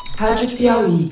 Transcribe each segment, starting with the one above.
Rádio Piauí.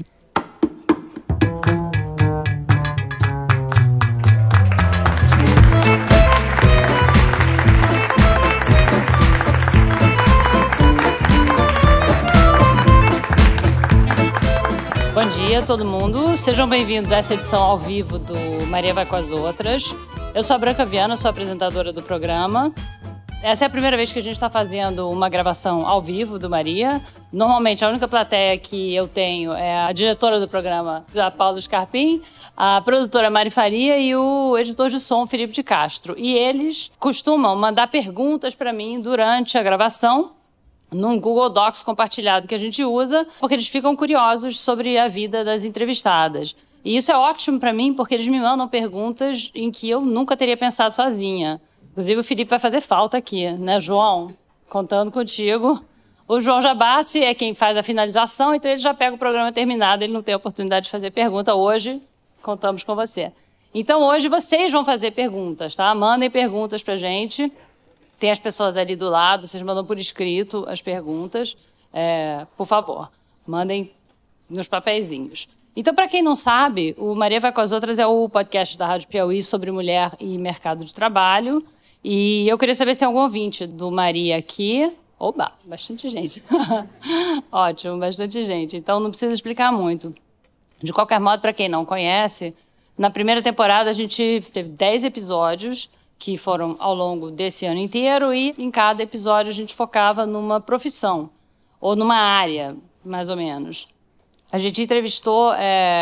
Bom dia, todo mundo. Sejam bem-vindos a essa edição ao vivo do Maria Vai com as Outras. Eu sou a Branca Viana, sou apresentadora do programa. Essa é a primeira vez que a gente está fazendo uma gravação ao vivo do Maria. Normalmente, a única plateia que eu tenho é a diretora do programa, a Paula Scarpim, a produtora Mari Faria e o editor de som, Felipe de Castro. E eles costumam mandar perguntas para mim durante a gravação, num Google Docs compartilhado que a gente usa, porque eles ficam curiosos sobre a vida das entrevistadas. E isso é ótimo para mim, porque eles me mandam perguntas em que eu nunca teria pensado sozinha. Inclusive, o Felipe vai fazer falta aqui, né, João? Contando contigo. O João Jabassi é quem faz a finalização, então ele já pega o programa terminado, ele não tem a oportunidade de fazer pergunta. Hoje, contamos com você. Então, hoje, vocês vão fazer perguntas, tá? Mandem perguntas pra gente. Tem as pessoas ali do lado, vocês mandam por escrito as perguntas. Por favor, mandem nos papeizinhos. Então, para quem não sabe, o Maria Vai com as Outras é o podcast da Rádio Piauí sobre mulher e mercado de trabalho. E eu queria saber se tem algum ouvinte do Maria aqui. Oba, bastante gente. Ótimo, bastante gente. Então, não precisa explicar muito. De qualquer modo, para quem não conhece, na primeira temporada a gente teve 10 episódios que foram ao longo desse ano inteiro, e em cada episódio a gente focava numa profissão, ou numa área, mais ou menos. A gente entrevistou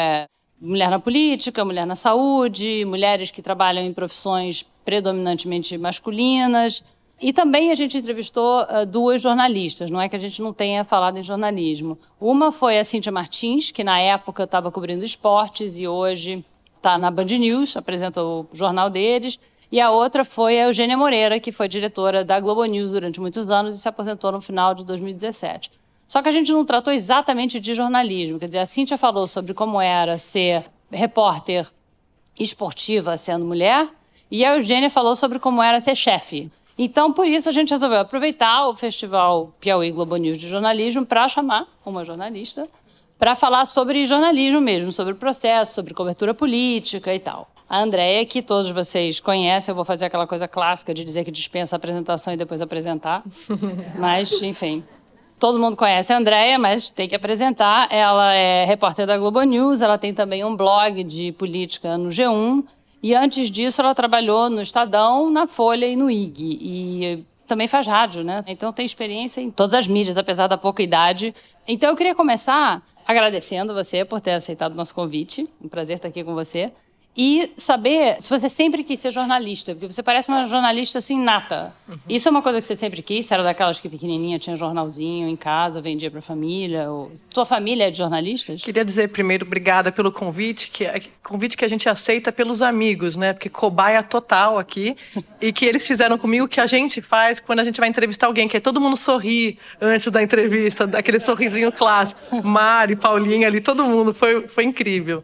mulher na política, mulher na saúde, mulheres que trabalham em profissões predominantemente masculinas, e também a gente entrevistou duas jornalistas, não é que a gente não tenha falado em jornalismo. Uma foi a Cíntia Martins, que na época estava cobrindo esportes e hoje está na Band News, apresenta o jornal deles. E a outra foi a Eugênia Moreira, que foi diretora da Globo News durante muitos anos e se aposentou no final de 2017. Só que a gente não tratou exatamente de jornalismo. Quer dizer, a Cíntia falou sobre como era ser repórter esportiva sendo mulher, e a Eugênia falou sobre como era ser chefe. Então, por isso, a gente resolveu aproveitar o Festival Piauí Globo News de Jornalismo para chamar uma jornalista para falar sobre jornalismo mesmo, sobre o processo, sobre cobertura política e tal. A Andréia, que todos vocês conhecem, eu vou fazer aquela coisa clássica de dizer que dispensa a apresentação e depois apresentar. Mas, enfim, todo mundo conhece a Andréia, mas tem que apresentar. Ela é repórter da Globo News, ela tem também um blog de política no G1. E antes disso, ela trabalhou no Estadão, na Folha e no IG. E também faz rádio, né? Então tem experiência em todas as mídias, apesar da pouca idade. Então eu queria começar agradecendo você por ter aceitado o nosso convite. Um prazer estar aqui com você. E saber se você sempre quis ser jornalista, porque você parece uma jornalista assim nata. Isso é uma coisa que você sempre quis? Você era daquelas que pequenininha tinha jornalzinho em casa, vendia para a família? Tua família é de jornalistas? Queria dizer primeiro, obrigada pelo convite, convite que a gente aceita pelos amigos, né? Porque cobaia total aqui, e que eles fizeram comigo o que a gente faz quando a gente vai entrevistar alguém, que é todo mundo sorrir antes da entrevista, daquele sorrisinho clássico. Mari, Paulinha ali, todo mundo, foi incrível.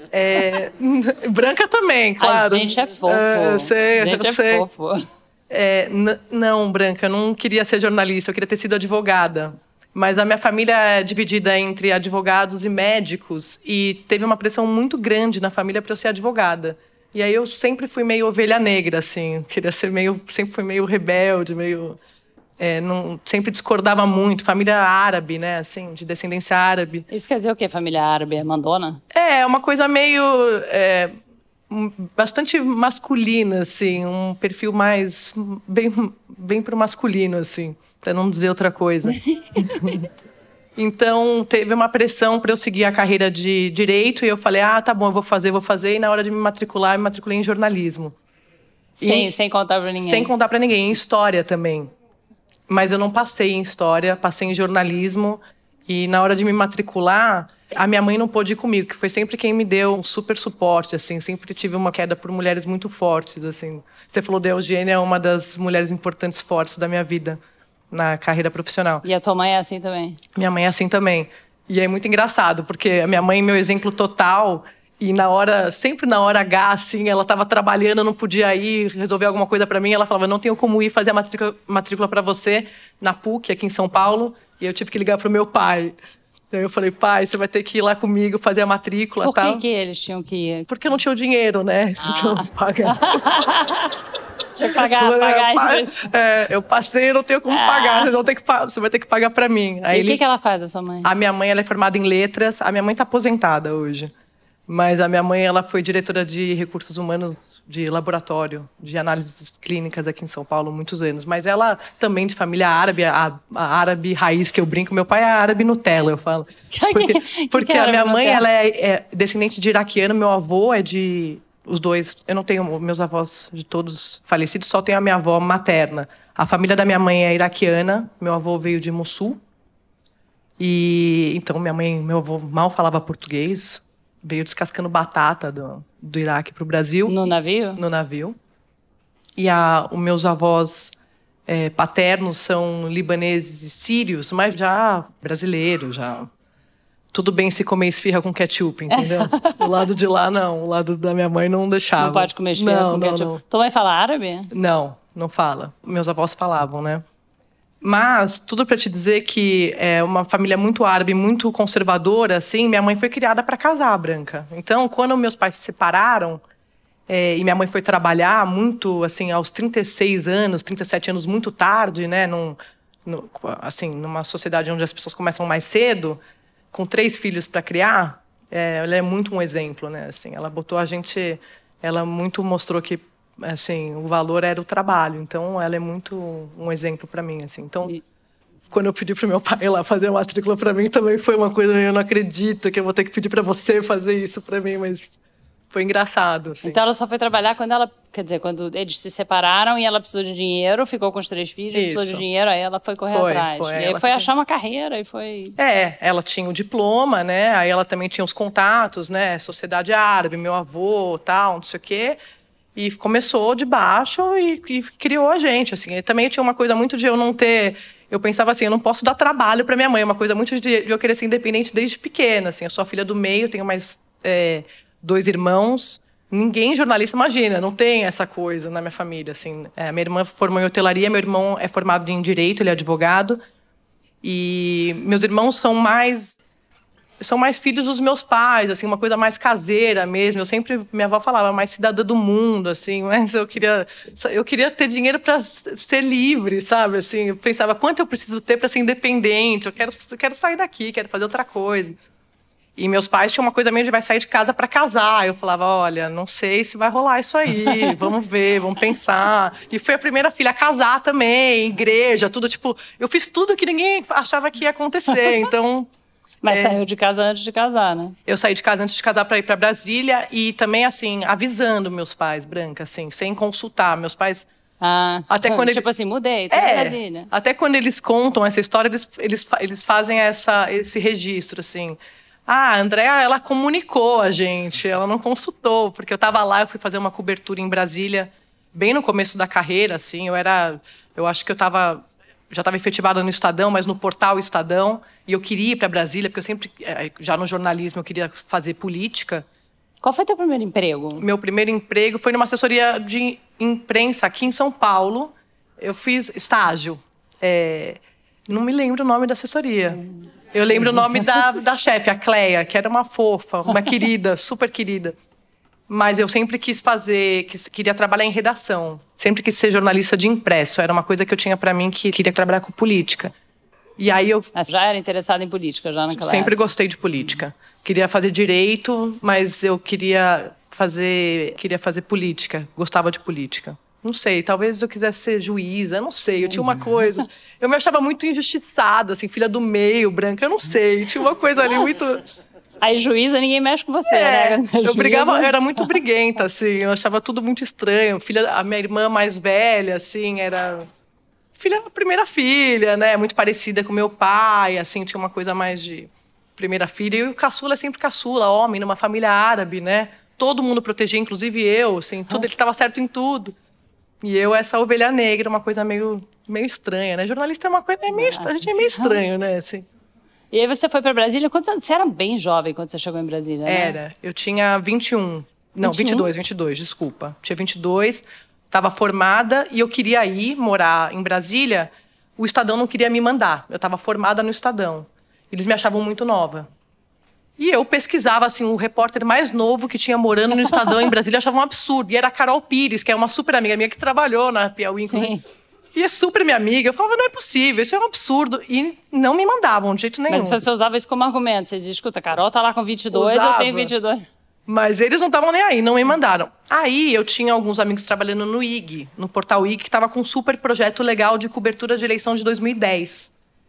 Branca também, claro. A gente é fofo. Sei. Fofo. Não, Branca, eu não queria ser jornalista, eu queria ter sido advogada. Mas a minha família é dividida entre advogados e médicos, e teve uma pressão muito grande na família para eu ser advogada. E aí eu sempre fui meio ovelha negra, assim, sempre fui meio rebelde, sempre discordava muito, família árabe, né, assim, de descendência árabe. Isso quer dizer o quê, família árabe? É mandona? É uma coisa meio bastante masculina, assim, um perfil mais bem pro masculino, assim, para não dizer outra coisa. Então teve uma pressão para eu seguir a carreira de direito, e eu falei, tá bom, eu vou fazer, e na hora de me matriculei em jornalismo. Sem contar para ninguém? Sem contar para ninguém, em história também. Mas eu não passei em história, passei em jornalismo. E na hora de me matricular, a minha mãe não pôde ir comigo, que foi sempre quem me deu um super suporte, assim. Sempre tive uma queda por mulheres muito fortes, assim. Você falou da Eugênia, é uma das mulheres importantes, fortes da minha vida, na carreira profissional. E a tua mãe é assim também? Minha mãe é assim também. E é muito engraçado, porque a minha mãe é meu exemplo total. E sempre na hora H, assim, ela estava trabalhando, eu não podia ir resolver alguma coisa para mim. Ela falava, não tenho como ir fazer a matrícula para você na PUC, aqui em São Paulo. E eu tive que ligar para o meu pai. Aí eu falei, pai, você vai ter que ir lá comigo, fazer a matrícula e tal. Por que eles tinham que ir? Porque eu não tinha o dinheiro, né? Então, pagar. Tinha que pagar as vezes. Eu passei e não tenho como pagar. Você vai ter que pagar pra mim. Aí E o que ela faz, a sua mãe? A minha mãe, ela é formada em letras. A minha mãe tá aposentada hoje. Mas a minha mãe, ela foi diretora de recursos humanos de laboratório, de análises clínicas aqui em São Paulo, muitos anos. Mas ela também de família árabe, a árabe raiz que eu brinco. Meu pai é árabe Nutella, eu falo. Porque a minha mãe, ela é descendente de iraquiano, meu avô é de... Os dois, eu não tenho meus avós de todos falecidos, só tenho a minha avó materna. A família da minha mãe é iraquiana, meu avô veio de Mossul. E então meu avô mal falava português, veio descascando batata do Iraque para o Brasil. No navio? No navio. E os meus avós paternos são libaneses e sírios, mas já brasileiros, já... Tudo bem se comer esfirra com ketchup, entendeu? O lado de lá, não. O lado da minha mãe não deixava. Não pode comer esfirra com ketchup. Não. Tua mãe fala árabe? Não fala. Meus avós falavam, né? Mas, tudo para te dizer que é uma família muito árabe, muito conservadora, assim, minha mãe foi criada para casar, Branca. Então, quando meus pais se separaram, e minha mãe foi trabalhar muito, assim, aos 36 anos, 37 anos, muito tarde, né? Assim, numa sociedade onde as pessoas começam mais cedo... Com 3 filhos para criar, ela é muito um exemplo, né? Assim, ela botou a gente... Ela muito mostrou que assim, o valor era o trabalho. Então, ela é muito um exemplo para mim. Assim. Então, quando eu pedi para o meu pai lá fazer a matrícula para mim, também foi uma coisa... Eu não acredito que eu vou ter que pedir para você fazer isso para mim, mas... Foi engraçado. Assim. Então, ela só foi trabalhar quando ela... Quer dizer, quando eles se separaram e ela precisou de dinheiro, ficou com os 3 filhos, precisou de dinheiro, aí ela foi correr atrás. E aí foi achar uma carreira e foi... Ela tinha o diploma, né? Aí ela também tinha os contatos, né? Sociedade árabe, meu avô, tal, não sei o quê. E começou de baixo e criou a gente, assim. E também tinha uma coisa muito de eu não ter... Eu pensava assim, eu não posso dar trabalho para minha mãe. Uma coisa muito de eu querer ser independente desde pequena, assim. Eu sou a filha do meio, tenho mais... 2 irmãos, ninguém jornalista, imagina, não tem essa coisa na minha família, assim. Minha irmã formou em hotelaria, meu irmão é formado em direito, ele é advogado, e meus irmãos são mais filhos dos meus pais, assim, uma coisa mais caseira mesmo. Minha avó falava, mais cidadã do mundo, assim, mas eu queria ter dinheiro para ser livre, sabe, assim, eu pensava, quanto eu preciso ter para ser independente, eu quero sair daqui, quero fazer outra coisa. E meus pais tinham uma coisa meio de vai sair de casa para casar. Eu falava, olha, não sei se vai rolar isso aí. Vamos ver, vamos pensar. E foi a primeira filha a casar também, igreja, tudo. Tipo, eu fiz tudo que ninguém achava que ia acontecer. Então... Mas saiu de casa antes de casar, né? Eu saí de casa antes de casar para ir para Brasília. E também, assim, avisando meus pais, Branca, assim, sem consultar. Meus pais... até quando tipo assim, mudei, tô em Brasília. Até quando eles contam essa história, eles fazem esse registro, assim... a Andréa, ela comunicou a gente, ela não consultou, porque eu estava lá, eu fui fazer uma cobertura em Brasília, bem no começo da carreira, assim, eu acho que já estava efetivada no Estadão, mas no portal Estadão, e eu queria ir para Brasília, porque eu sempre, já no jornalismo, eu queria fazer política. Qual foi teu primeiro emprego? Meu primeiro emprego foi numa assessoria de imprensa aqui em São Paulo, eu fiz estágio, não me lembro o nome da assessoria. Eu lembro o nome da chefe, a Cleia, que era uma fofa, uma querida, super querida. Mas eu sempre queria trabalhar em redação. Sempre quis ser jornalista de impresso. Era uma coisa que eu tinha para mim, que queria trabalhar com política. E aí Você já era interessada em política, já naquela Sempre gostei de política. Queria fazer direito, mas eu queria fazer política. Gostava de política. Não sei, talvez eu quisesse ser juíza, não sei, eu tinha uma coisa... Eu me achava muito injustiçada, assim, filha do meio, branca, eu não sei, tinha uma coisa ali muito... Aí juíza, ninguém mexe com você, né? Eu brigava, eu era muito briguenta, assim, eu achava tudo muito estranho. A minha irmã mais velha, assim, era... primeira filha, né, muito parecida com meu pai, assim, tinha uma coisa mais de primeira filha. E o caçula é sempre caçula, homem, numa família árabe, né? Todo mundo protegia, inclusive eu, assim, tudo, ele estava certo em tudo. E eu, essa ovelha negra, uma coisa meio estranha, né? Jornalista é uma coisa meio estranha, a gente é meio estranho, né? Assim. E aí você foi para Brasília, quantos anos? Você era bem jovem quando você chegou em Brasília, né? Era, eu tinha 21. Não, 22, desculpa. Tinha 22, estava formada e eu queria ir morar em Brasília. O Estadão não queria me mandar, eu estava formada no Estadão. Eles me achavam muito nova. E eu pesquisava, assim, o repórter mais novo que tinha morando no Estadão em Brasília, achava um absurdo. E era a Carol Pires, que é uma super amiga minha que trabalhou na Piauí, inclusive. E é super minha amiga. Eu falava, não é possível, isso é um absurdo. E não me mandavam de jeito nenhum. Mas você usava isso como argumento. Você dizia, escuta, Carol tá lá com 22, eu tenho 22. Mas eles não estavam nem aí, não me mandaram. Aí eu tinha alguns amigos trabalhando no IG, no portal IG, que estava com um super projeto legal de cobertura de eleição de 2010.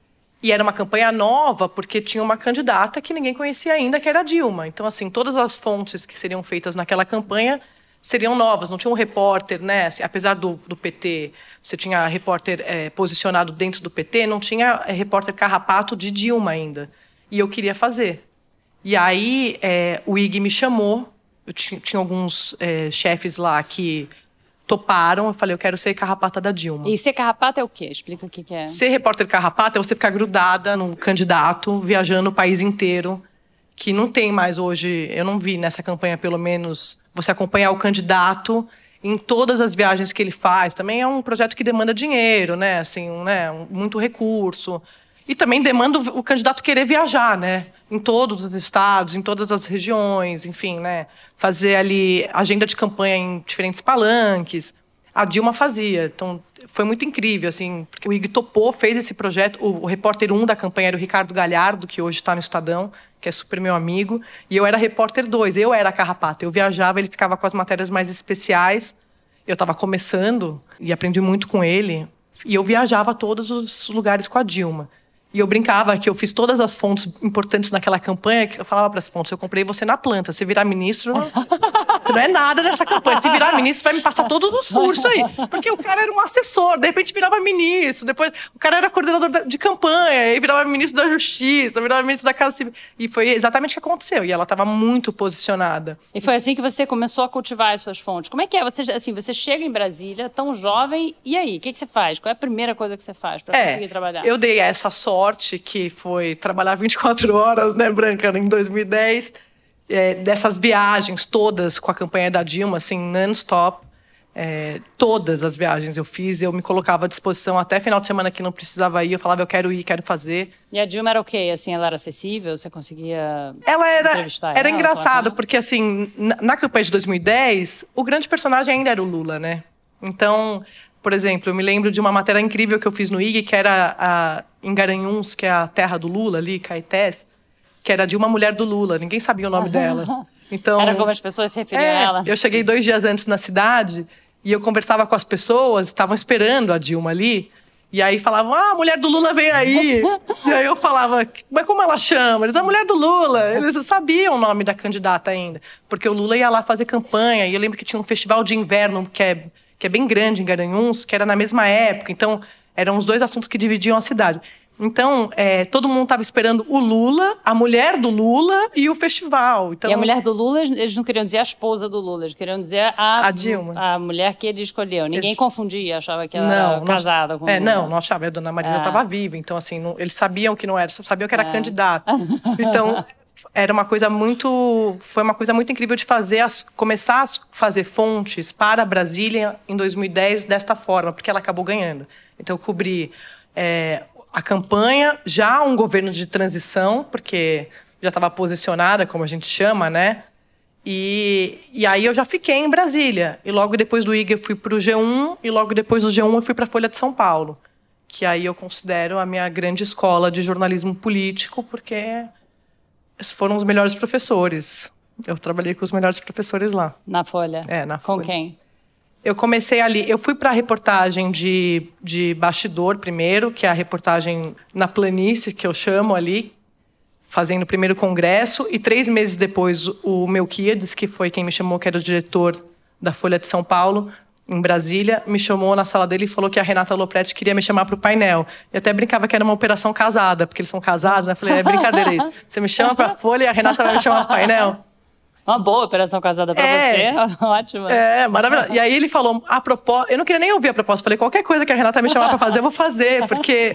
E era uma campanha nova, porque tinha uma candidata que ninguém conhecia ainda, que era a Dilma. Então, assim, todas as fontes que seriam feitas naquela campanha seriam novas. Não tinha um repórter, né? Assim, apesar do PT, você tinha repórter posicionado dentro do PT, não tinha repórter carrapato de Dilma ainda. E eu queria fazer. E aí o IG me chamou. Eu tinha alguns chefes lá que toparam. Eu falei, eu quero ser carrapata da Dilma. E ser carrapata é o quê? Explica o que é. Ser repórter carrapata é você ficar grudada num candidato, viajando o país inteiro, que não tem mais hoje, eu não vi nessa campanha pelo menos, você acompanhar o candidato em todas as viagens que ele faz. Também é um projeto que demanda dinheiro, né? Assim, muito recurso. E também demanda o candidato querer viajar, né? Em todos os estados, em todas as regiões, enfim, né? Fazer ali agenda de campanha em diferentes palanques. A Dilma fazia. Então, foi muito incrível, assim, porque o IG topou, fez esse projeto. O repórter 1 da campanha era o Ricardo Galhardo, que hoje está no Estadão, que é super meu amigo. E eu era repórter 2, eu era a carrapata. Eu viajava, ele ficava com as matérias mais especiais. Eu estava começando e aprendi muito com ele. E eu viajava a todos os lugares com a Dilma. E eu brincava que eu fiz todas as fontes importantes naquela campanha, que eu falava para as fontes, eu comprei você na planta. Se virar ministro, você não é nada nessa campanha. Se virar ministro, você vai me passar todos os cursos aí. Porque o cara era um assessor, de repente virava ministro, depois o cara era coordenador de campanha, aí virava ministro da Justiça, virava ministro da Casa Civil. E foi exatamente o que aconteceu. E ela estava muito posicionada. E foi assim que você começou a cultivar as suas fontes. Como é que é? Você chega em Brasília, tão jovem, e aí? O que você faz? Qual é a primeira coisa que você faz para conseguir trabalhar? Eu dei essa sorte, que foi trabalhar 24 horas, né, Branca, em 2010, dessas viagens todas com a campanha da Dilma, assim, non-stop. Todas as viagens eu fiz, eu me colocava à disposição até final de semana que não precisava ir, eu falava, eu quero ir, quero fazer. E a Dilma era o quê? Assim, ela era acessível? Você conseguia entrevistar ela? Era engraçado, falar? Porque assim, na campanha de 2010, o grande personagem ainda era o Lula, né? Então, por exemplo, eu me lembro de uma matéria incrível que eu fiz no IG, que era em Garanhuns, que é a terra do Lula, ali, Caetés, que era de uma mulher do Lula, ninguém sabia o nome dela. Então, era como as pessoas se referiam a ela? Eu cheguei 2 dias antes na cidade e eu conversava com as pessoas, estavam esperando a Dilma ali, e aí falavam, a mulher do Lula vem aí. E aí eu falava, mas como ela chama? Eles, a mulher do Lula. Eles sabiam o nome da candidata ainda, porque o Lula ia lá fazer campanha, e eu lembro que tinha um festival de inverno, que é bem grande em Garanhuns, que era na mesma época. Então, eram os 2 assuntos que dividiam a cidade. Então, todo mundo estava esperando o Lula, a mulher do Lula e o festival. Então, e a mulher do Lula, eles não queriam dizer a esposa do Lula, eles queriam dizer a Dilma. A mulher que ele escolheu. Ninguém confundia, achava que ela era casada com o Lula. Não achava. A dona Marisa estava viva. Então, assim, eles sabiam que não era, sabiam que era candidata. Então, era uma coisa muito... Foi uma coisa muito incrível de começar a fazer fontes para Brasília em 2010 desta forma, porque ela acabou ganhando. Então, eu cobri a campanha, já um governo de transição, porque já estava posicionada, como a gente chama, né? E aí eu já fiquei em Brasília. E logo depois do IG eu fui para o G1, e logo depois do G1 eu fui para a Folha de São Paulo, que aí eu considero a minha grande escola de jornalismo político, porque esses foram os melhores professores. Eu trabalhei com os melhores professores lá. Na Folha? Na Folha. Com quem? Eu comecei ali, eu fui para a reportagem de bastidor primeiro, que é a reportagem na planície, que eu chamo ali, fazendo o primeiro congresso, e 3 meses depois o Melquiades, que foi quem me chamou, que era o diretor da Folha de São Paulo, em Brasília, me chamou na sala dele e falou que a Renata Lopretti queria me chamar para o painel. E até brincava que era uma operação casada, porque eles são casados, né? Eu falei, brincadeira isso. Você me chama para a Folha e a Renata vai me chamar para o painel. Uma boa operação casada para você, ótima. Maravilhoso. E aí ele falou, a proposta... Eu não queria nem ouvir a proposta, falei, qualquer coisa que a Renata me chamar para fazer, eu vou fazer. Porque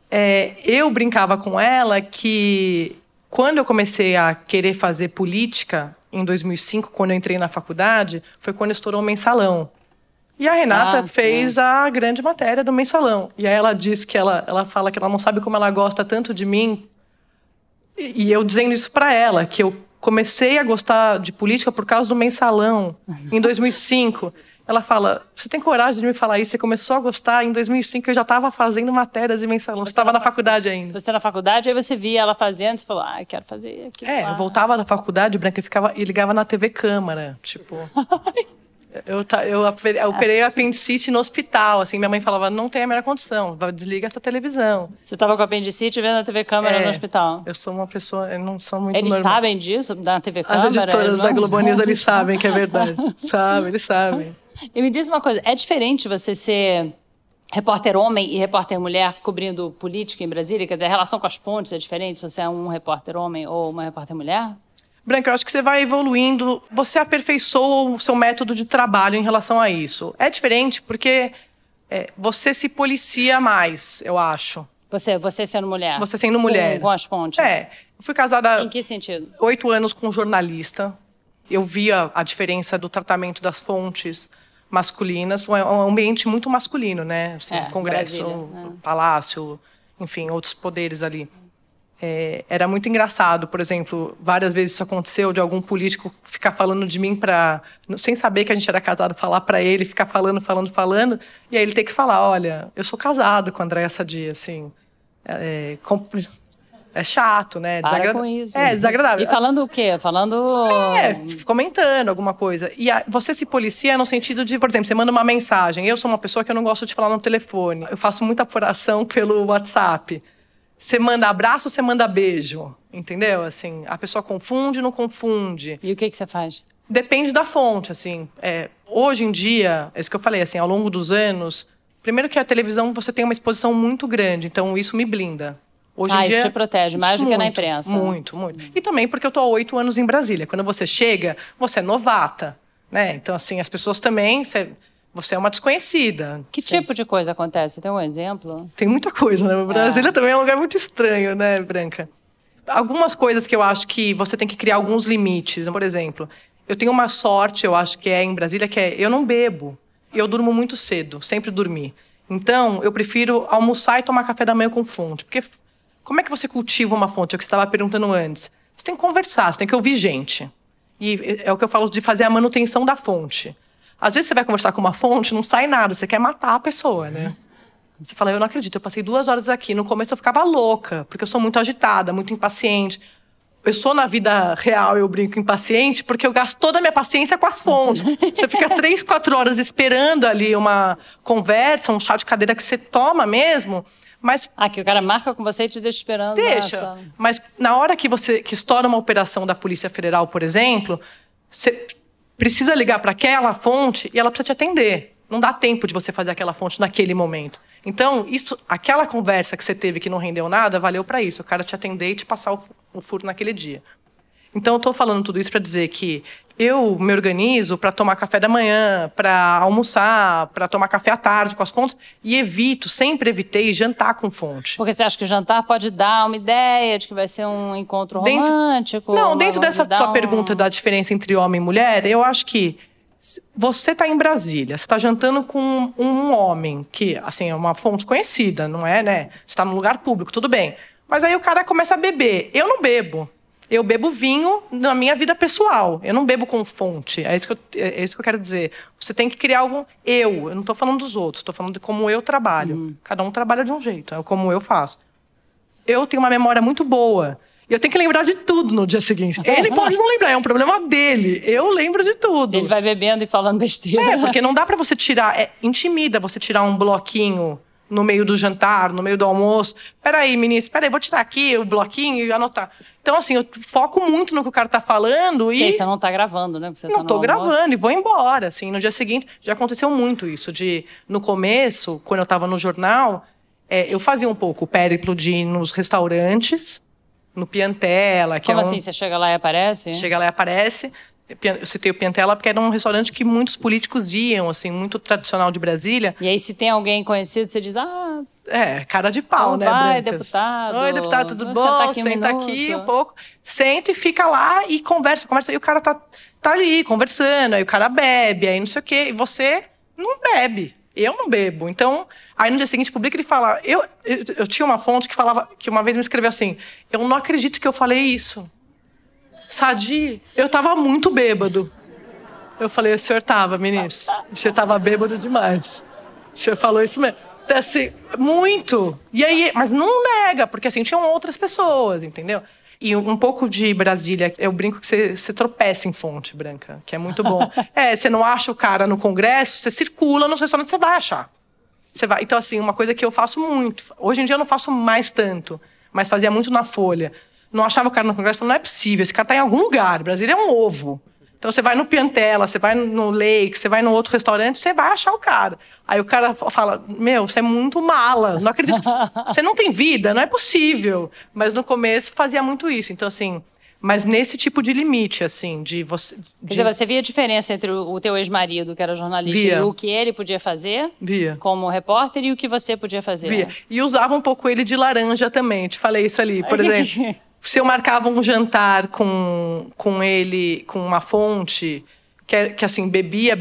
eu brincava com ela que quando eu comecei a querer fazer política, em 2005, quando eu entrei na faculdade, foi quando estourou o Mensalão. E a Renata fez a grande matéria do Mensalão. E aí ela disse que ela fala que ela não sabe como ela gosta tanto de mim, E eu dizendo isso para ela, que eu comecei a gostar de política por causa do Mensalão, em 2005. Ela fala, você tem coragem de me falar isso? Você começou a gostar em 2005, eu já estava fazendo matéria de Mensalão. Você estava na faculdade ainda. Você na faculdade, aí você via ela fazendo, você falou, quero fazer aquilo lá. Eu voltava da faculdade, Branca, e ligava na TV Câmara, tipo... Eu operei apendicite no hospital, assim, minha mãe falava, não tem a menor condição, desliga essa televisão. Você estava com apendicite vendo a TV Câmara no hospital? Eu sou uma pessoa, eu não sou muito Eles normal. sabem disso, da TV Câmara? As editoras da Globo News, eles sabem que é verdade. Eles sabem. E me diz uma coisa, é diferente você ser repórter homem e repórter mulher cobrindo política em Brasília? Quer dizer, a relação com as fontes é diferente se você é um repórter homem ou uma repórter mulher? Branca, eu acho que você vai evoluindo, você aperfeiçoa o seu método de trabalho em relação a isso. É diferente porque você se policia mais, eu acho. Você sendo mulher? Você sendo mulher. Com as fontes? Eu fui casada... Em que sentido? 8 anos com um jornalista. Eu via a diferença do tratamento das fontes masculinas. É um ambiente muito masculino, né? Assim, Congresso, Brasília, Palácio, enfim, outros poderes ali. Era muito engraçado, por exemplo, várias vezes isso aconteceu, de algum político ficar falando de mim sem saber que a gente era casado, falar para ele, ficar falando, e aí ele ter que falar, olha, eu sou casado com a Andréa Sadia, assim, é chato, né? Para com isso. Desagradável. E falando o quê? Comentando alguma coisa. E você se policia no sentido de, por exemplo, você manda uma mensagem, eu sou uma pessoa que eu não gosto de falar no telefone, eu faço muita apuração pelo WhatsApp. Você manda abraço, você manda beijo, entendeu? Assim, a pessoa confunde, não confunde. E o que você faz? Depende da fonte, assim. Hoje em dia, é isso que eu falei, assim, ao longo dos anos, primeiro que a televisão você tem uma exposição muito grande, então isso me blinda. Hoje em dia, isso te protege mais do que na imprensa. Muito. E também porque eu estou há 8 anos em Brasília. Quando você chega, você é novata, né? Então, assim, as pessoas também... Você é uma desconhecida. Que tipo de coisa acontece? Tem um exemplo? Tem muita coisa, né? Brasília também é um lugar muito estranho, né, Branca? Algumas coisas que eu acho que você tem que criar alguns limites. Por exemplo, eu tenho uma sorte, eu acho que em Brasília, que eu não bebo. E eu durmo muito cedo, sempre dormi. Então, eu prefiro almoçar e tomar café da manhã com fonte. Porque como é que você cultiva uma fonte? É o que você estava perguntando antes. Você tem que conversar, você tem que ouvir gente. E é o que eu falo de fazer a manutenção da fonte. Às vezes você vai conversar com uma fonte, não sai nada, você quer matar a pessoa, né? Você fala, eu não acredito, eu passei 2 horas aqui. No começo eu ficava louca, porque eu sou muito agitada, muito impaciente. Eu sou, na vida real, eu brinco impaciente, porque eu gasto toda a minha paciência com as fontes. Você fica 3, 4 horas esperando ali uma conversa, um chá de cadeira que você toma mesmo, mas... que o cara marca com você e te deixa esperando. Deixa, mas na hora que estoura uma operação da Polícia Federal, por exemplo, você precisa ligar para aquela fonte e ela precisa te atender. Não dá tempo de você fazer aquela fonte naquele momento. Então, aquela conversa que você teve que não rendeu nada, valeu para isso. O cara te atender e te passar o furo naquele dia. Então, eu estou falando tudo isso para dizer que eu me organizo para tomar café da manhã, para almoçar, para tomar café à tarde com as fontes e sempre evitei jantar com fonte. Porque você acha que o jantar pode dar uma ideia de que vai ser um encontro romântico? Não, dentro dessa tua pergunta da diferença entre homem e mulher, eu acho que você está em Brasília, você está jantando com um homem que, assim, é uma fonte conhecida, não é, né? Você está num lugar público, tudo bem. Mas aí o cara começa a beber. Eu não bebo. Eu bebo vinho na minha vida pessoal. Eu não bebo com fonte. É isso que eu quero dizer. Você tem que criar algum... Eu não estou falando dos outros. Estou falando de como eu trabalho. Cada um trabalha de um jeito. É como eu faço. Eu tenho uma memória muito boa. E eu tenho que lembrar de tudo no dia seguinte. Ele pode não lembrar. É um problema dele. Eu lembro de tudo. Se ele vai bebendo e falando besteira. Porque não dá para você tirar... intimida você tirar um bloquinho no meio do jantar, no meio do almoço. Peraí, ministro, vou tirar aqui o bloquinho e anotar. Então, assim, eu foco muito no que o cara tá falando e... Porque você não tá gravando, né? Você não tô gravando e vou embora, assim. No dia seguinte, já aconteceu muito isso. No começo, quando eu tava no jornal, eu fazia um pouco o périplo de ir nos restaurantes, no Piantella. Como assim? Você chega lá e aparece? Chega lá e aparece. Eu citei o Piantella porque era um restaurante que muitos políticos iam, assim, muito tradicional de Brasília. E aí, se tem alguém conhecido, você diz, cara de pau, né, vai, Brancas? deputado. Oi, deputado, tudo bom? Senta aqui um pouco. Senta e fica lá e conversa. E o cara tá ali, conversando. Aí o cara bebe, aí não sei o quê. E você não bebe. Eu não bebo. Então, aí no dia seguinte publica, ele fala... Eu tinha uma fonte que falava... Que uma vez me escreveu assim... Eu não acredito que eu falei isso. Sadi, eu tava muito bêbado. Eu falei, o senhor tava, ministro. O senhor tava bêbado demais. O senhor falou isso mesmo. Então, assim, muito. E aí, mas não nega, porque assim, tinham outras pessoas, entendeu? E um pouco de Brasília, eu brinco que você tropeça em fonte, Branca, que é muito bom. Você não acha o cara no Congresso, você circula nos restaurantes, você vai achar. Você vai. Então, assim, uma coisa que eu faço muito. Hoje em dia eu não faço mais tanto, mas fazia muito na Folha. Não achava o cara no Congresso, falava, não é possível, esse cara tá em algum lugar. Brasília é um ovo. Então, você vai no Piantella, você vai no Lake, você vai no outro restaurante, você vai achar o cara. Aí o cara fala, meu, você é muito mala, não acredito, você não tem vida, não é possível. Mas no começo fazia muito isso. Então, assim, mas nesse tipo de limite, assim, de você... Quer dizer, você via a diferença entre o teu ex-marido, que era jornalista, e o que ele podia fazer como repórter e o que você podia fazer? Via. E usava um pouco ele de laranja também, te falei isso ali, por exemplo... Se eu marcava um jantar com ele, com uma fonte, que assim, bebia,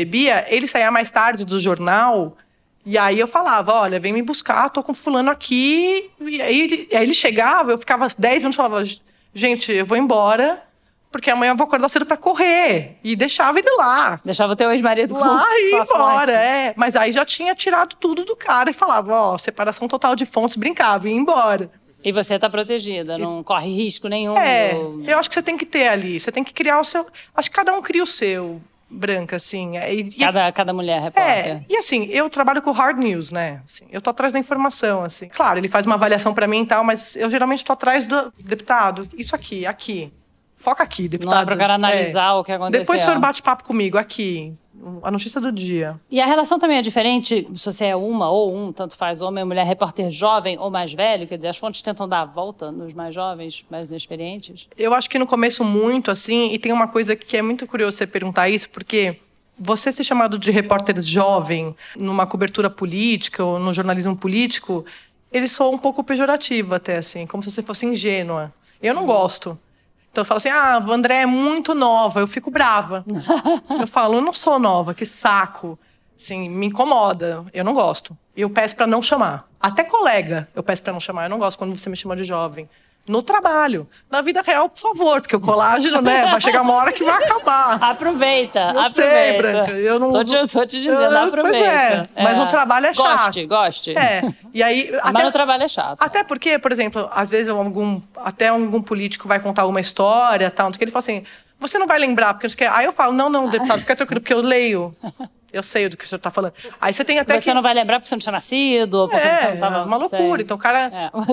ele saía mais tarde do jornal, e aí eu falava, olha, vem me buscar, tô com fulano aqui. E aí ele chegava, eu ficava 10 minutos e falava, gente, eu vou embora, porque amanhã eu vou acordar cedo pra correr. E deixava ele lá. Deixava o teu ex-marido lá e ir embora, Mas aí já tinha tirado tudo do cara e falava, ó, separação total de fontes, brincava, ia embora. E você tá protegida, não corre risco nenhum. Eu acho que você tem que ter ali, você tem que criar o seu... Acho que cada um cria o seu, Branca, assim. Cada mulher repórter. E assim, eu trabalho com hard news, né? Assim, eu tô atrás da informação, assim. Claro, ele faz uma avaliação pra mim e tal, mas eu geralmente tô atrás do deputado. Isso aqui. Foca aqui, deputado. Não é pra cara analisar o que aconteceu. Depois o senhor bate papo comigo, aqui. A notícia do dia. E a relação também é diferente se você é uma ou um, tanto faz homem ou mulher, repórter jovem ou mais velho? Quer dizer, as fontes tentam dar a volta nos mais jovens, mais inexperientes? Eu acho que no começo muito, assim, e tem uma coisa que é muito curioso você perguntar isso, porque você ser chamado de repórter jovem numa cobertura política ou no jornalismo político, ele soa um pouco pejorativo até, assim, como se você fosse ingênua. Eu não gosto. Então eu falo assim, a André é muito nova, eu fico brava. Eu falo, eu não sou nova, que saco. Assim, me incomoda, eu não gosto. E eu peço pra não chamar. Até colega eu peço pra não chamar, eu não gosto quando você me chama de jovem. No trabalho. Na vida real, por favor, porque o colágeno, né, vai chegar uma hora que vai acabar. Aproveita. Sei, Branca. Eu não tô te dizendo, aproveita. Mas no trabalho é chato. Goste. E aí, mas no trabalho é chato. Até porque, por exemplo, às vezes até algum político vai contar alguma história, tal, que ele fala assim, você não vai lembrar, porque não sei o que. Aí eu falo, não, deputado, fica tranquilo, porque eu leio. Eu sei do que o senhor está falando. Aí você tem até você não vai lembrar porque você não tinha nascido, ou porque você não estava... É uma loucura. Então o cara...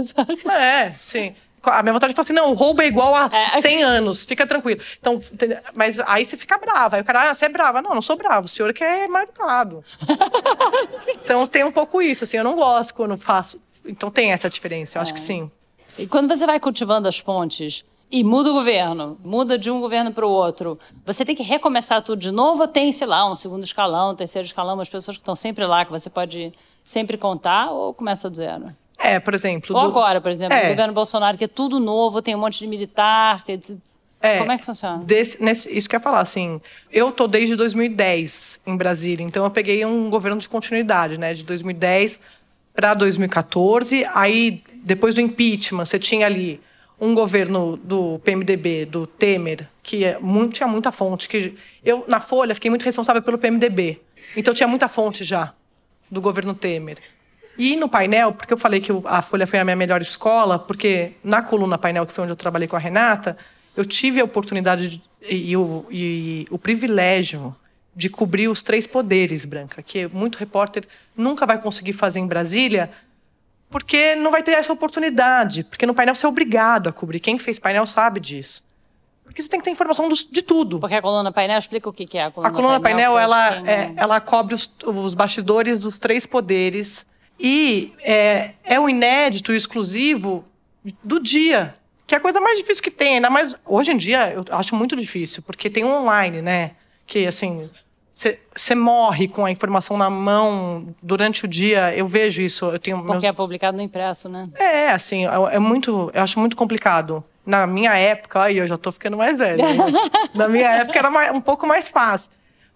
sim. A minha vontade é falar assim, não, o roubo é igual a 100 anos, fica tranquilo. Então, mas aí você fica brava. Aí o cara, você é brava. Não sou bravo, o senhor que é mal educado. Então tem um pouco isso, assim, eu não gosto quando faço. Então tem essa diferença, eu acho que sim. E quando você vai cultivando as fontes e muda o governo, muda de um governo para o outro, você tem que recomeçar tudo de novo ou tem, sei lá, um segundo escalão, um terceiro escalão, umas pessoas que estão sempre lá, que você pode sempre contar, ou começa do zero? Por exemplo... Ou agora, por exemplo, o governo Bolsonaro, que é tudo novo, tem um monte de militar... Como é que funciona? Isso que eu ia falar, assim... Eu tô desde 2010 em Brasília, então eu peguei um governo de continuidade, né? De 2010 para 2014. Aí, depois do impeachment, você tinha ali um governo do PMDB, do Temer, que tinha muita fonte. Que eu, na Folha, fiquei muito responsável pelo PMDB. Então, tinha muita fonte já do governo Temer. E no painel, porque eu falei que a Folha foi a minha melhor escola, porque na coluna painel, que foi onde eu trabalhei com a Renata, eu tive a oportunidade e o privilégio de cobrir os 3 poderes, Branca, que muito repórter nunca vai conseguir fazer em Brasília, porque não vai ter essa oportunidade. Porque no painel você é obrigado a cobrir. Quem fez painel sabe disso. Porque você tem que ter informação de tudo. Porque a coluna painel, explica o que é a coluna painel. A coluna painel, ela cobre os bastidores dos 3 poderes. E é o inédito e exclusivo do dia, que é a coisa mais difícil que tem. Ainda mais hoje em dia, eu acho muito difícil, porque tem online, né? Que, assim, você morre com a informação na mão durante o dia. Eu vejo isso. Porque é publicado no impresso, né? Assim, eu acho muito complicado. Na minha época, aí eu já tô ficando mais velha. Né? Na minha época era um pouco mais fácil.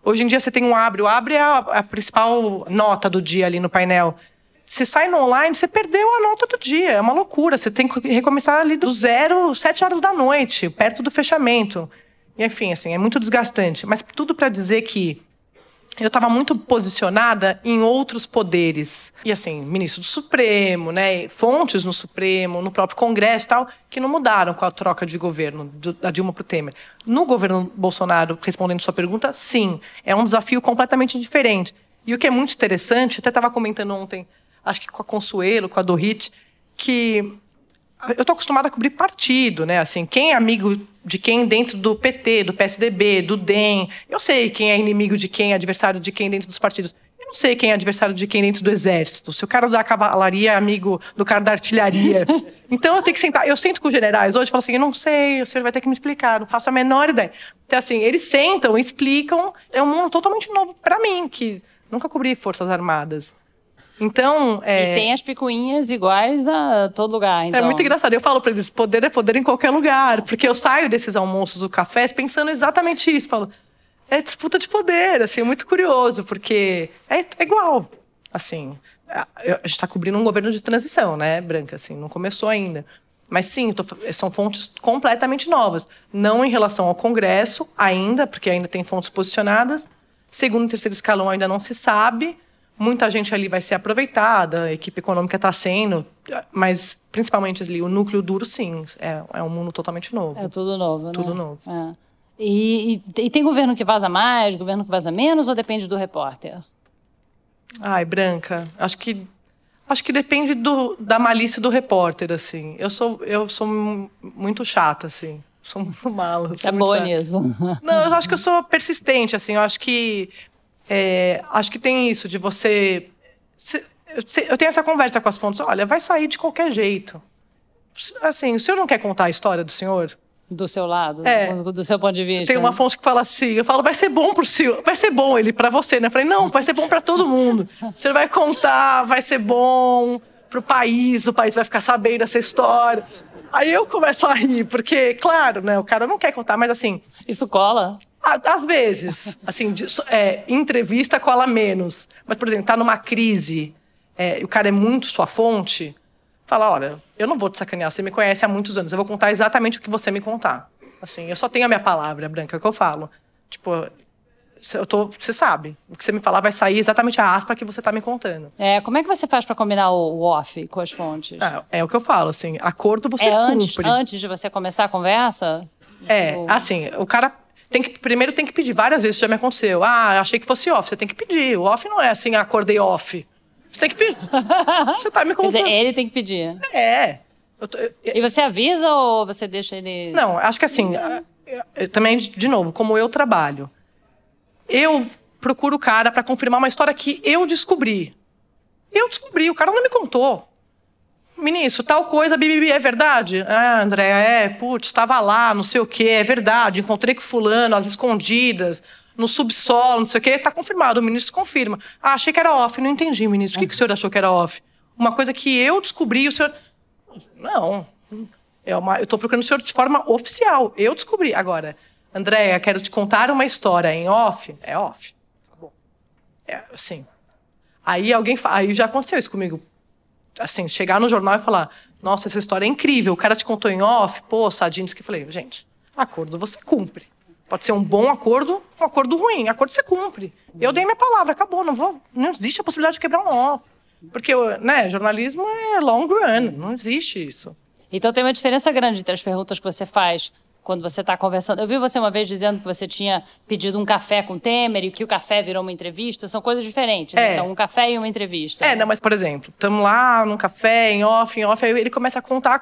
Hoje em dia você tem um Abre. O Abre é a principal nota do dia ali no painel. Você sai no online, você perdeu a nota do dia. É uma loucura. Você tem que recomeçar ali do zero, 7 horas da noite, perto do fechamento. E, enfim, assim, é muito desgastante. Mas tudo para dizer que eu estava muito posicionada em outros poderes. E, assim, ministro do Supremo, né, fontes no Supremo, no próprio Congresso e tal, que não mudaram com a troca de governo da Dilma para o Temer. No governo Bolsonaro, respondendo sua pergunta, sim, é um desafio completamente diferente. E o que é muito interessante, até estava comentando ontem, acho que com a Consuelo, com a Dorit, que eu estou acostumada a cobrir partido, né? Assim, quem é amigo de quem dentro do PT, do PSDB, do DEM. Eu sei quem é inimigo de quem, adversário de quem dentro dos partidos. Eu não sei quem é adversário de quem dentro do Exército. Se o cara da cavalaria é amigo do cara da artilharia. Então eu tenho que sentar. Eu sento com os generais hoje e falo assim: eu não sei, o senhor vai ter que me explicar, não faço a menor ideia. Então, assim, eles sentam, explicam. É um mundo totalmente novo para mim, que nunca cobri Forças Armadas. Então, E tem as picuinhas iguais a todo lugar, então. É muito engraçado. Eu falo para eles, poder é poder em qualquer lugar. Porque eu saio desses almoços ou cafés pensando exatamente isso. Falo, é disputa de poder, assim, é muito curioso, porque é igual. Assim, a gente está cobrindo um governo de transição, né, Branca? Assim, não começou ainda. Mas sim, são fontes completamente novas. Não em relação ao Congresso ainda, porque ainda tem fontes posicionadas. Segundo e terceiro escalão ainda não se sabe. Muita gente ali vai ser aproveitada, a equipe econômica está sendo, mas principalmente ali, o núcleo duro, sim, é um mundo totalmente novo. É tudo novo, né? Tudo novo. É. E tem governo que vaza mais, governo que vaza menos, ou depende do repórter? Ai, Branca, acho que depende da malícia do repórter, assim. Eu sou muito chata, assim. Sou muito mala. É boa nisso. Não, eu acho que eu sou persistente, assim. Eu acho que tem isso de você... Eu tenho essa conversa com as fontes. Olha, vai sair de qualquer jeito. Assim, o senhor não quer contar a história do senhor? Do seu lado, do seu ponto de vista. Tem uma fonte que fala assim, eu falo, vai ser bom pro senhor, vai ser bom ele para você, né? Eu falei, não, vai ser bom para todo mundo. O senhor vai contar, vai ser bom pro país, o país vai ficar sabendo essa história. Aí eu começo a rir, porque, claro, né, o cara não quer contar, mas assim... Isso cola? Às vezes, assim, entrevista cola menos. Mas, por exemplo, tá numa crise, e o cara é muito sua fonte, fala, olha, eu não vou te sacanear, você me conhece há muitos anos, eu vou contar exatamente o que você me contar. Assim, eu só tenho a minha palavra, Branca, é o que eu falo. Tipo, você sabe, o que você me falar vai sair exatamente a aspa que você tá me contando. Como é que você faz para combinar o off com as fontes? É o que eu falo, assim, acordo você cumpre. Antes de você começar a conversa? Assim, o cara... primeiro tem que pedir, várias vezes já me aconteceu. Achei que fosse off, você tem que pedir. O off não é assim, acordei off. Você tem que pedir. Você tá me contando. Quer dizer, ele tem que pedir. E você avisa ou você deixa ele... Não, acho que assim, também, de novo, como eu trabalho, eu procuro o cara para confirmar uma história que eu descobri. O cara não me contou. Ministro, tal coisa, bibibi, é verdade? Andréa, putz, estava lá, não sei o quê, é verdade, encontrei com fulano, às escondidas, no subsolo, não sei o quê, tá confirmado, o ministro confirma. Achei que era off, não entendi, ministro, o que o senhor achou que era off? Uma coisa que eu descobri, o senhor... Não, eu estou procurando o senhor de forma oficial, eu descobri. Agora, Andréa, quero te contar uma história em off, é off. Tá bom. Assim, aí já aconteceu isso comigo. Assim, chegar no jornal e falar, nossa, essa história é incrível, o cara te contou em off, pô, Sadinho, que eu falei, gente, acordo você cumpre. Pode ser um bom acordo, um acordo ruim, acordo você cumpre. Eu dei minha palavra, acabou, não existe a possibilidade de quebrar um off. Porque, né, jornalismo é long run, não existe isso. Então tem uma diferença grande entre as perguntas que você faz quando você está conversando. Eu vi você uma vez dizendo que você tinha pedido um café com o Temer e que o café virou uma entrevista. São coisas diferentes. Então, um café e uma entrevista. Não, mas, por exemplo, estamos lá num café, em off, aí ele começa a contar.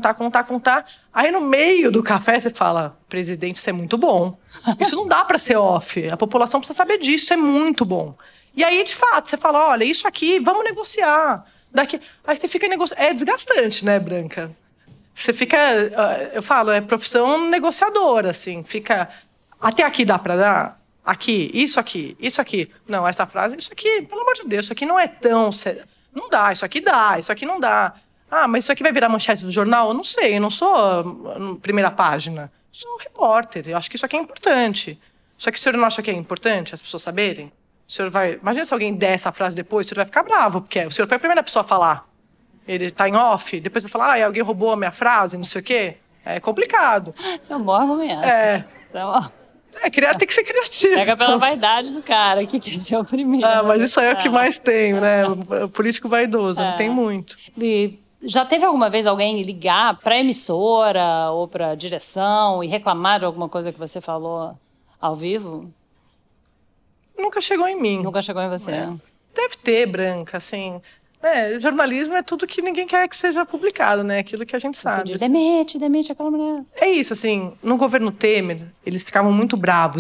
Aí, no meio do café, você fala, presidente, isso é muito bom. Isso não dá para ser off. A população precisa saber disso, isso é muito bom. E aí, de fato, você fala, olha, isso aqui, vamos negociar. Aí você fica negociando. É desgastante, né, Branca? Você fica, eu falo, é profissão negociadora, assim, fica, até aqui dá para dar? Aqui, isso aqui, isso aqui. Não, essa frase, isso aqui, pelo amor de Deus, isso aqui não é tão sério. Não dá, isso aqui dá, isso aqui não dá. Mas isso aqui vai virar manchete do jornal? Eu não sei, eu não sou primeira página. Sou repórter, eu acho que isso aqui é importante. Só que o senhor não acha que é importante as pessoas saberem? O senhor vai... Imagina se alguém der essa frase depois, o senhor vai ficar bravo, porque o senhor foi a primeira pessoa a falar. Ele tá em off, depois vai falar, alguém roubou a minha frase, não sei o quê. É complicado. Isso é um bom argumento. Tem que ser criativo. Pega pela vaidade do cara, que quer ser o primeiro. Mas isso aí é o que mais tem, né? O político vaidoso, não tem muito. E já teve alguma vez alguém ligar pra emissora ou pra direção e reclamar de alguma coisa que você falou ao vivo? Nunca chegou em mim. Nunca chegou em você? Deve ter, Branca, assim... jornalismo é tudo que ninguém quer que seja publicado, né? Aquilo que a gente sabe. Você diz, demite aquela mulher. É isso, assim, no governo Temer, eles ficavam muito bravos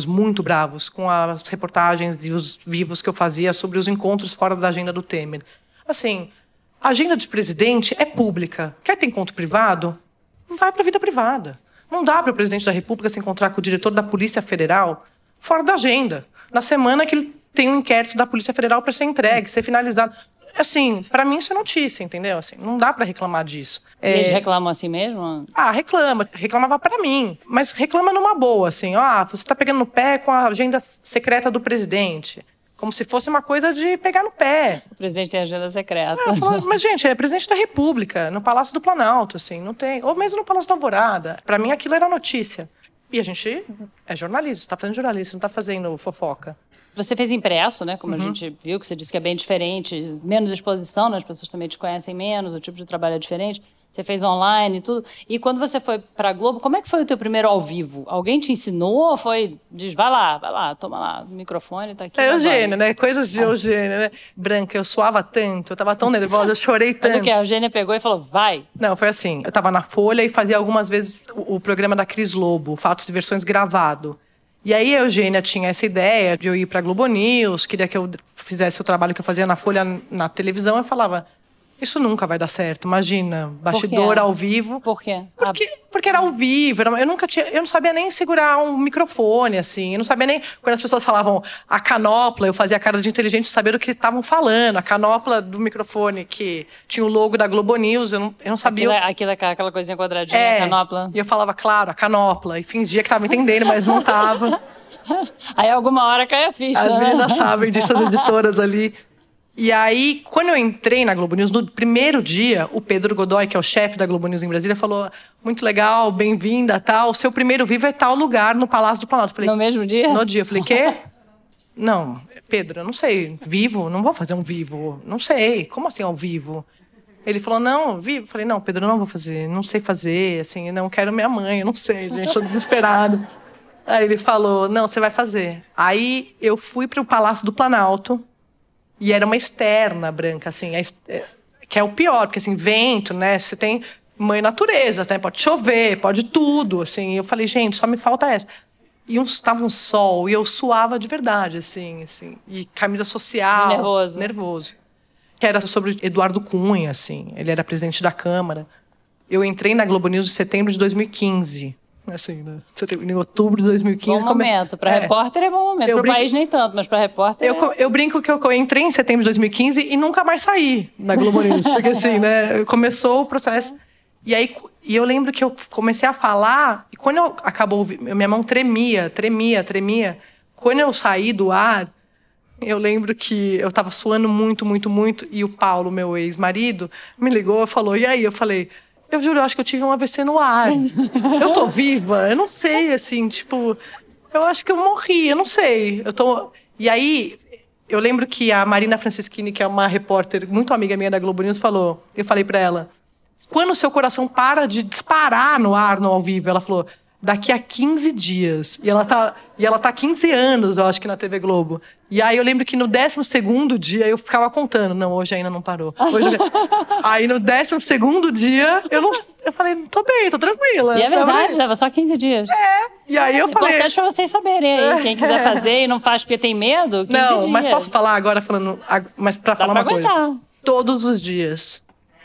com as reportagens e os vivos que eu fazia sobre os encontros fora da agenda do Temer. Assim, a agenda de presidente é pública. Quer ter encontro privado? Vai para a vida privada. Não dá para o presidente da República se encontrar com o diretor da Polícia Federal fora da agenda. Na semana que ele tem um inquérito da Polícia Federal para ser entregue, ser finalizado. Assim, pra mim isso é notícia, entendeu? Assim, não dá pra reclamar disso. E eles reclamam assim mesmo? Reclamava pra mim. Mas reclama numa boa, assim. Você tá pegando no pé com a agenda secreta do presidente. Como se fosse uma coisa de pegar no pé. O presidente tem agenda secreta. Mas, gente, é presidente da República, no Palácio do Planalto, assim, não tem... Ou mesmo no Palácio da Alvorada. Pra mim aquilo era notícia. E a gente é jornalista, você tá fazendo jornalista, não tá fazendo fofoca. Você fez impresso, né? Como a gente viu, que você disse que é bem diferente. Menos exposição, né? As pessoas também te conhecem menos, o tipo de trabalho é diferente. Você fez online e tudo. E quando você foi pra Globo, como é que foi o teu primeiro ao vivo? Alguém te ensinou ou foi... Diz, vai lá, toma lá, o microfone tá aqui. É Eugênia, né? Coisas de Eugênia, né? Branca, eu suava tanto, eu tava tão nervosa, eu chorei tanto. Mas o quê? A Eugênia pegou e falou, vai? Não, foi assim, eu tava na Folha e fazia algumas vezes o programa da Cris Lobo, Fatos e Versões gravado. E aí a Eugênia tinha essa ideia de eu ir pra Globo News, queria que eu fizesse o trabalho que eu fazia na Folha, na televisão. Eu falava, isso nunca vai dar certo, imagina, bastidor ao vivo. Por quê? Porque era ao vivo, eu não sabia nem segurar um microfone, assim, eu não sabia nem... Quando as pessoas falavam a canopla, eu fazia cara de inteligente saber o que estavam falando, a canopla do microfone que tinha o logo da Globo News, eu não sabia... Aquela coisinha quadradinha, a canopla. E eu falava, claro, a canopla, e fingia que estava entendendo, mas não estava. Aí alguma hora cai a ficha. As meninas sabem disso, as editoras ali. E aí, quando eu entrei na Globo News, no primeiro dia, o Pedro Godoy, que é o chefe da Globo News em Brasília, falou, muito legal, bem-vinda, tal, seu primeiro vivo é tal lugar, no Palácio do Planalto. Falei, no mesmo dia? No dia. Eu falei, quê? Não, Pedro, eu não sei, vivo? Não vou fazer um vivo, não sei, como assim ao vivo? Ele falou, não, vivo. Eu falei, não, Pedro, eu não vou fazer, não sei fazer, assim, não quero minha mãe, eu não sei, gente, estou desesperado. Aí ele falou, não, você vai fazer. Aí eu fui para o Palácio do Planalto, e era uma externa, Branca, assim, que é o pior, porque, assim, vento, né, você tem mãe natureza, né, pode chover, pode tudo, assim, e eu falei, gente, só me falta essa. E estava um sol, e eu suava de verdade, assim, e camisa social. De nervoso. Que era sobre Eduardo Cunha, assim, ele era presidente da Câmara. Eu entrei na Globo News em setembro de 2015. Assim, né? Em outubro de 2015. Bom momento. Para repórter é bom momento. Para o país nem tanto, mas para repórter eu brinco que eu entrei em setembro de 2015 e nunca mais saí na Globo News. Porque assim, né? Começou o processo. E eu lembro que eu comecei a falar e quando acabou, minha mão tremia. Quando eu saí do ar, eu lembro que eu estava suando muito, muito, muito. E o Paulo, meu ex-marido, me ligou e falou, e aí? Eu falei... Eu juro, eu acho que eu tive um AVC no ar. Eu tô viva? Eu não sei, assim, tipo... Eu acho que eu morri, eu não sei. E aí, eu lembro que a Marina Francischini, que é uma repórter muito amiga minha da Globo News, falou... Eu falei pra ela... Quando o seu coração para de disparar no ar, no ao vivo? Ela falou... Daqui a 15 dias. E ela tá há 15 anos, eu acho que na TV Globo. E aí eu lembro que no 12º dia eu ficava contando. Não, hoje ainda não parou. Aí no 12º dia, eu falei, tô bem, tô tranquila. E é verdade, leva só 15 dias. E aí eu falei... Importante pra vocês saberem aí. Quem quiser fazer e não faz porque tem medo, 15 dias. Mas posso falar agora, mas pra falar uma coisa. Aguentar. Todos os dias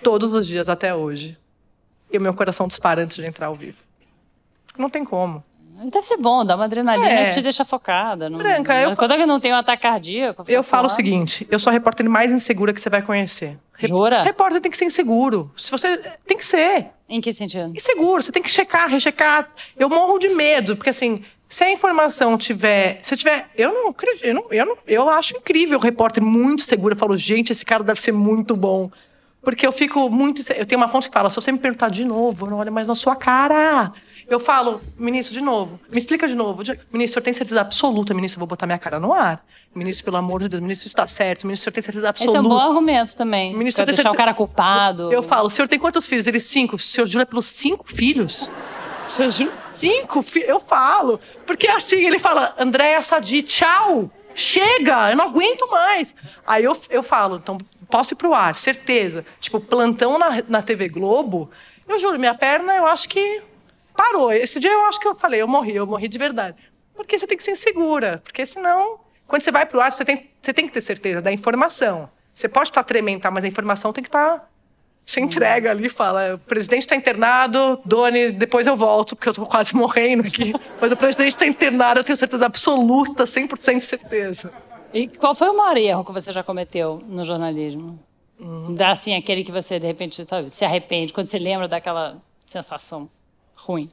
até hoje, e o meu coração dispara antes de entrar ao vivo. Não tem como. Mas deve ser bom, dá uma adrenalina que te deixa focada. Branca, quando eu não tenho um ataque cardíaco... Eu falo o seguinte, eu sou a repórter mais insegura que você vai conhecer. Jura? Repórter tem que ser inseguro. Tem que ser. Em que sentido? Inseguro, você tem que checar, rechecar. Eu morro de medo, porque assim, Se a informação tiver... Eu não acredito... Eu acho incrível o repórter muito seguro. Eu falo, gente, esse cara deve ser muito bom. Porque eu fico muito... Eu tenho uma fonte que fala, se você me perguntar de novo, eu não olho mais na sua cara. Eu falo, ministro, de novo. Me explica de novo. Ministro, o senhor tem certeza absoluta? Ministro, eu vou botar minha cara no ar. Ministro, pelo amor de Deus, ministro, isso está certo. Ministro, o senhor tem certeza absoluta? Esse é um bom argumento também. Ministro, pra deixar o cara culpado. Eu falo, o senhor tem quantos filhos? Ele, 5. O senhor jura pelos 5 filhos? O senhor jura 5 filhos? Eu falo. Porque assim, ele fala, Andréa Sadi, tchau. Chega, eu não aguento mais. Aí eu falo, então, posso ir pro ar, certeza. Tipo, plantão na TV Globo. Eu juro, minha perna, eu acho que parou. Esse dia eu acho que eu falei, eu morri de verdade. Porque você tem que ser segura. Porque senão, quando você vai pro ar, você tem que ter certeza da informação. Você pode estar tremendo, tá? Mas a informação tem que estar... Você entrega ali e fala, o presidente está internado, Doni, depois eu volto, porque eu estou quase morrendo aqui. Mas o presidente está internado, eu tenho certeza absoluta, 100% de certeza. E qual foi o maior erro que você já cometeu no jornalismo? Assim, aquele que você, de repente, sabe, se arrepende, quando você lembra daquela sensação ruim.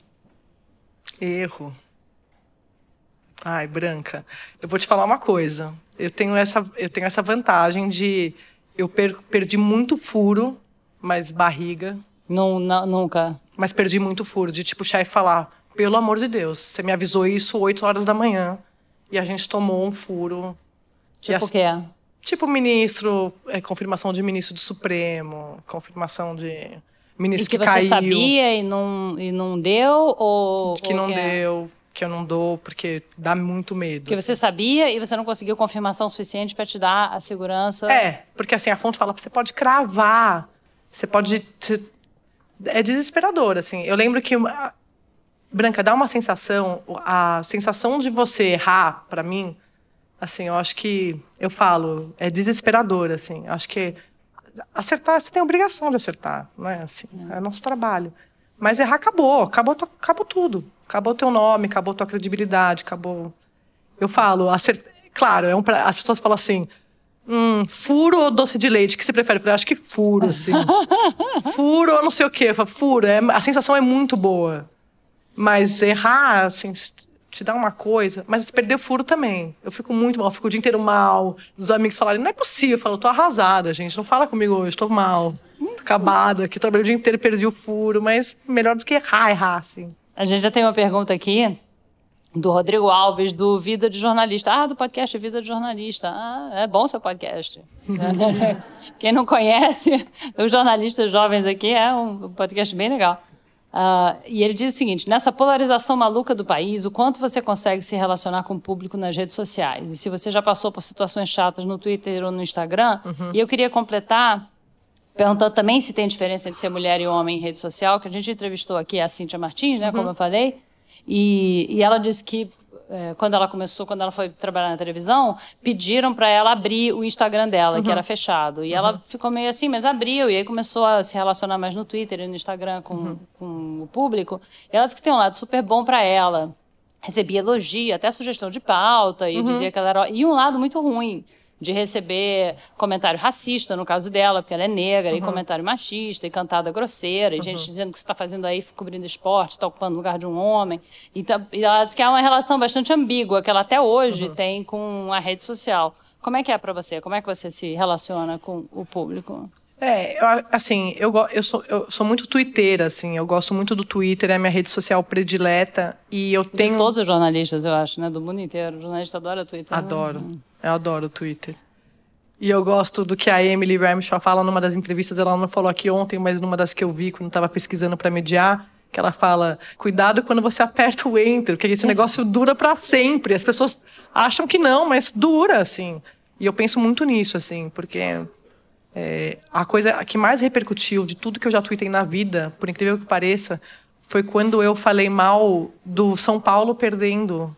Erro. Ai, Branca, eu vou te falar uma coisa. Eu tenho essa vantagem de... Eu perdi muito furo, mas barriga. Não, nunca. Mas perdi muito furo, de tipo, o chefe falar, pelo amor de Deus, você me avisou isso 8 horas da manhã e a gente tomou um furo. Tipo o quê? Tipo ministro, confirmação de ministro do Supremo, confirmação de ministro que caiu. E que você sabia e não deu? Ou que não deu, que eu não dou, porque dá muito medo. Que você sabia e você não conseguiu confirmação suficiente para te dar a segurança? Porque assim, a fonte fala, você pode cravar, você pode... É desesperador, assim. Eu lembro que... Branca, dá uma sensação... A sensação de você errar, para mim... Assim, eu acho que... Eu falo, é desesperador, assim. Eu acho que... Acertar, você tem a obrigação de acertar, né? Assim, é nosso trabalho. Mas errar acabou tudo. Acabou teu nome, acabou tua credibilidade, acabou... Eu falo, claro, as pessoas falam assim... furo ou doce de leite? O que você prefere? Eu falei, acho que furo, assim. Furo ou não sei o quê. Eu falo, furo. A sensação é muito boa. Mas errar, assim, te dá uma coisa. Mas perder furo também. Eu fico muito mal. Eu fico o dia inteiro mal. Os amigos falarem, não é possível. Eu falo, tô arrasada, gente. Não fala comigo hoje. Tô mal. Tô acabada. Aqui trabalhei o dia inteiro e perdi o furo. Mas melhor do que errar, assim. A gente já tem uma pergunta aqui. Do Rodrigo Alves, do Vida de Jornalista. Do podcast Vida de Jornalista. É bom seu podcast. Quem não conhece, os jornalistas jovens aqui, é um podcast bem legal. E ele diz o seguinte, nessa polarização maluca do país, o quanto você consegue se relacionar com o público nas redes sociais? E se você já passou por situações chatas no Twitter ou no Instagram? E eu queria completar, perguntando também se tem diferença entre ser mulher e homem em rede social, que a gente entrevistou aqui a Cíntia Martins, né, como eu falei. E ela disse que, quando ela foi trabalhar na televisão, pediram para ela abrir o Instagram dela, que era fechado. E ela ficou meio assim, mas abriu. E aí começou a se relacionar mais no Twitter e no Instagram com o público. E ela disse que tem um lado super bom para ela. Recebia elogio, até sugestão de pauta, e dizia que ela era... E um lado muito ruim, de receber comentário racista, no caso dela, porque ela é negra, e comentário machista, e cantada grosseira, e gente dizendo que você está fazendo aí, cobrindo esporte, está ocupando o lugar de um homem. E ela diz que há uma relação bastante ambígua, que ela até hoje tem com a rede social. Como é que é para você? Como é que você se relaciona com o público? Eu sou muito twitteira, assim, eu gosto muito do Twitter, é a minha rede social predileta, e eu tenho... De todos os jornalistas, eu acho, né, do mundo inteiro, o jornalista adora Twitter. Adoro, eu adoro o Twitter. E eu gosto do que a Emily Ramshaw fala numa das entrevistas, ela não falou aqui ontem, mas numa das que eu vi, quando estava pesquisando para mediar, que ela fala, cuidado quando você aperta o Enter, porque esse negócio dura para sempre, as pessoas acham que não, mas dura, assim. E eu penso muito nisso, assim, porque... a coisa que mais repercutiu de tudo que eu já tuitei na vida, por incrível que pareça, foi quando eu falei mal do São Paulo perdendo.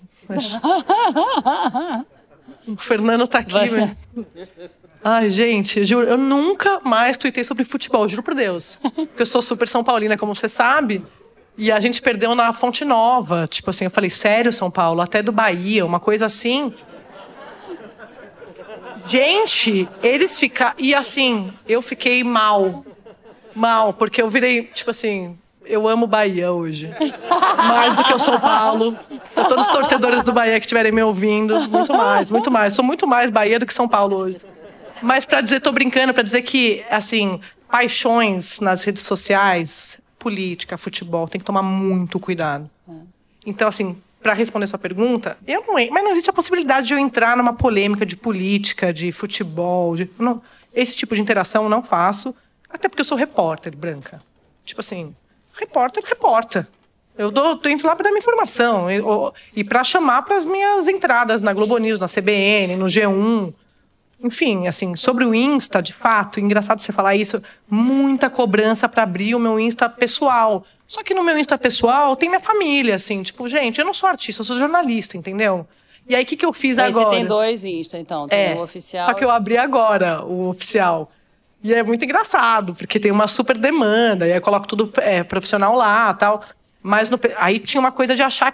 O Fernando tá aqui. Ai, gente, juro, eu nunca mais tuitei sobre futebol, juro por Deus. Porque eu sou super São Paulina, como você sabe. E a gente perdeu na Fonte Nova. Tipo assim, eu falei, sério, São Paulo? Até do Bahia, uma coisa assim... Gente, eles ficaram... E assim, eu fiquei mal, porque eu virei, tipo assim... eu amo Bahia hoje. Mais do que o São Paulo. Pra todos os torcedores do Bahia que estiverem me ouvindo, muito mais, muito mais. Sou muito mais Bahia do que São Paulo hoje. Mas pra dizer, tô brincando, pra dizer que, assim, paixões nas redes sociais, política, futebol, tem que tomar muito cuidado. Então, assim, para responder sua pergunta, mas não existe a possibilidade de eu entrar numa polêmica de política, de futebol. Esse tipo de interação eu não faço, até porque eu sou repórter, Branca. Tipo assim, repórter. Eu tô indo lá para dar minha informação e para chamar para as minhas entradas na Globo News, na CBN, no G1. Enfim, assim, sobre o Insta, de fato, engraçado você falar isso, muita cobrança para abrir o meu Insta pessoal. Só que no meu Insta pessoal tem minha família, assim, tipo, gente, eu não sou artista, eu sou jornalista, entendeu? E aí, o que eu fiz agora? Você tem 2 Insta, então, tem o oficial. Só que eu abri agora o oficial. E é muito engraçado, porque tem uma super demanda, e aí eu coloco tudo profissional lá, tal. Mas aí tinha uma coisa de achar que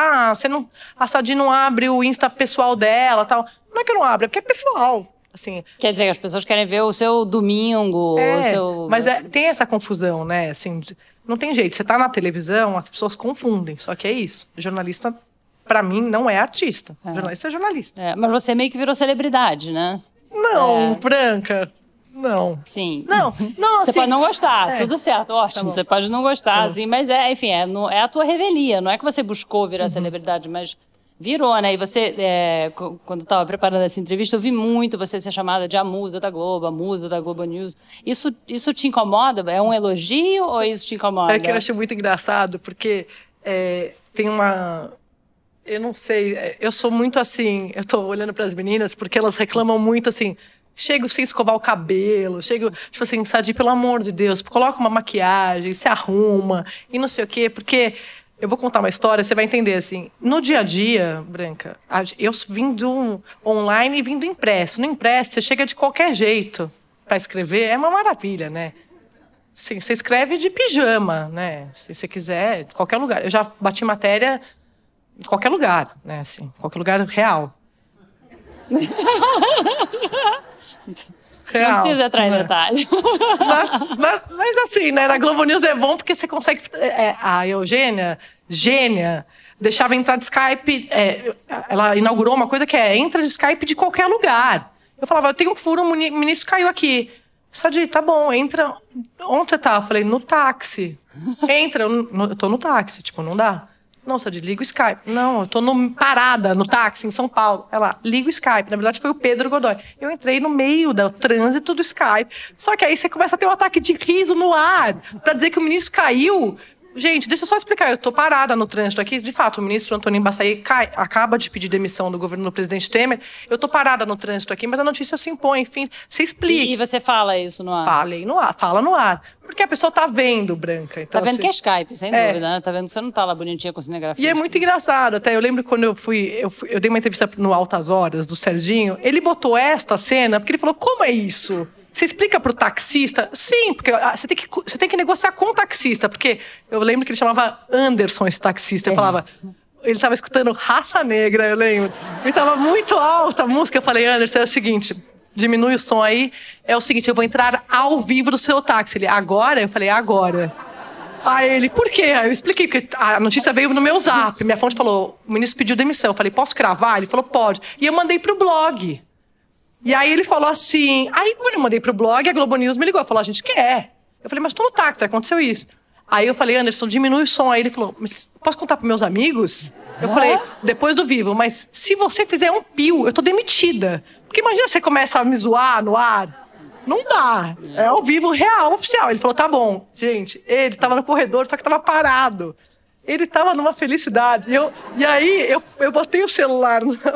a Sadi não abre o Insta pessoal dela, tal. Não é que eu não abro, é porque é pessoal. Assim, quer dizer, as pessoas querem ver o seu domingo, o seu... Mas tem essa confusão, né? Assim, não tem jeito. Você tá na televisão, as pessoas confundem. Só que é isso. Jornalista, pra mim, não é artista. Jornalista é jornalista. Mas você meio que virou celebridade, né? Não, Branca. Não. Sim. Não, você assim, pode não gostar, tudo certo, ótimo. Você pode não gostar, assim, mas enfim, é a tua revelia. Não é que você buscou virar celebridade, mas virou, né? E você, quando estava preparando essa entrevista, eu vi muito você ser chamada de a musa da Globo, a musa da Globo News. Isso te incomoda? É um elogio ou isso te incomoda? É que eu acho muito engraçado, porque tem uma... Eu não sei, eu sou muito assim... Eu tô olhando para as meninas, porque elas reclamam muito, assim... Chego sem escovar o cabelo, tipo assim, Sadi, pelo amor de Deus, coloca uma maquiagem, se arruma e não sei o quê, porque eu vou contar uma história, você vai entender, assim, no dia a dia, Branca, eu vim do online e vim do impresso. No impresso, você chega de qualquer jeito para escrever, é uma maravilha, né? Sim, você escreve de pijama, né? Se você quiser, de qualquer lugar. Eu já bati matéria em qualquer lugar, né? Assim, qualquer lugar real. Real, não precisa entrar em detalhe. Mas assim, né? Na Globo News é bom porque você consegue... a Eugênia, gênia, deixava entrar de Skype... ela inaugurou uma coisa que entra de Skype de qualquer lugar. Eu falava, eu tenho um furo, o ministro caiu aqui. Sadi, tá bom, entra... Onde você tá? Eu falei, no táxi. Entra, eu tô no táxi, tipo, não dá. Não, Sadi, liga o Skype. Não, eu tô parada no táxi em São Paulo. Ela, liga o Skype. Na verdade, foi o Pedro Godoy. Eu entrei no meio do trânsito do Skype. Só que aí você começa a ter um ataque de riso no ar pra dizer que o ministro caiu. Gente, deixa eu só explicar. Eu tô parada no trânsito aqui. De fato, o ministro Antônio Embaçaí acaba de pedir demissão do governo do presidente Temer. Eu tô parada no trânsito aqui, mas a notícia se impõe. Enfim, você explica. E você fala isso no ar? Falei no ar, fala no ar. Porque a pessoa tá vendo, Branca. Então, tá vendo que é Skype, sem dúvida, né? Tá vendo que você não tá lá bonitinha com cinegrafia. E é muito engraçado. Até eu lembro quando eu dei uma entrevista no Altas Horas, do Serginho. Ele botou esta cena, porque ele falou, como é isso? Você explica pro taxista? Sim, porque você tem que negociar com o taxista. Porque eu lembro que ele chamava Anderson, esse taxista. Eu falava... Ele estava escutando Raça Negra, eu lembro. E estava muito alta a música. Eu falei, Anderson, é o seguinte... Diminui o som aí. É o seguinte, eu vou entrar ao vivo do seu táxi. Ele, agora? Eu falei, agora. Aí ele, por quê? Aí eu expliquei, porque a notícia veio no meu zap. Minha fonte falou, o ministro pediu demissão. Eu falei, posso cravar? Ele falou, pode. E eu mandei pro blog. E aí ele falou assim... Aí quando eu mandei pro blog, a Globo News me ligou. Falou, a gente quer. Eu falei, mas tô no táxi, aconteceu isso. Aí eu falei, Anderson, diminui o som. Aí ele falou, mas posso contar pros meus amigos? Eu falei, depois do vivo, mas se você fizer um pio, eu tô demitida. Porque imagina você começa a me zoar no ar. Não dá. É ao vivo real, oficial. Ele falou, tá bom. Gente, ele tava no corredor, só que tava parado. Ele tava numa felicidade. E aí eu botei o celular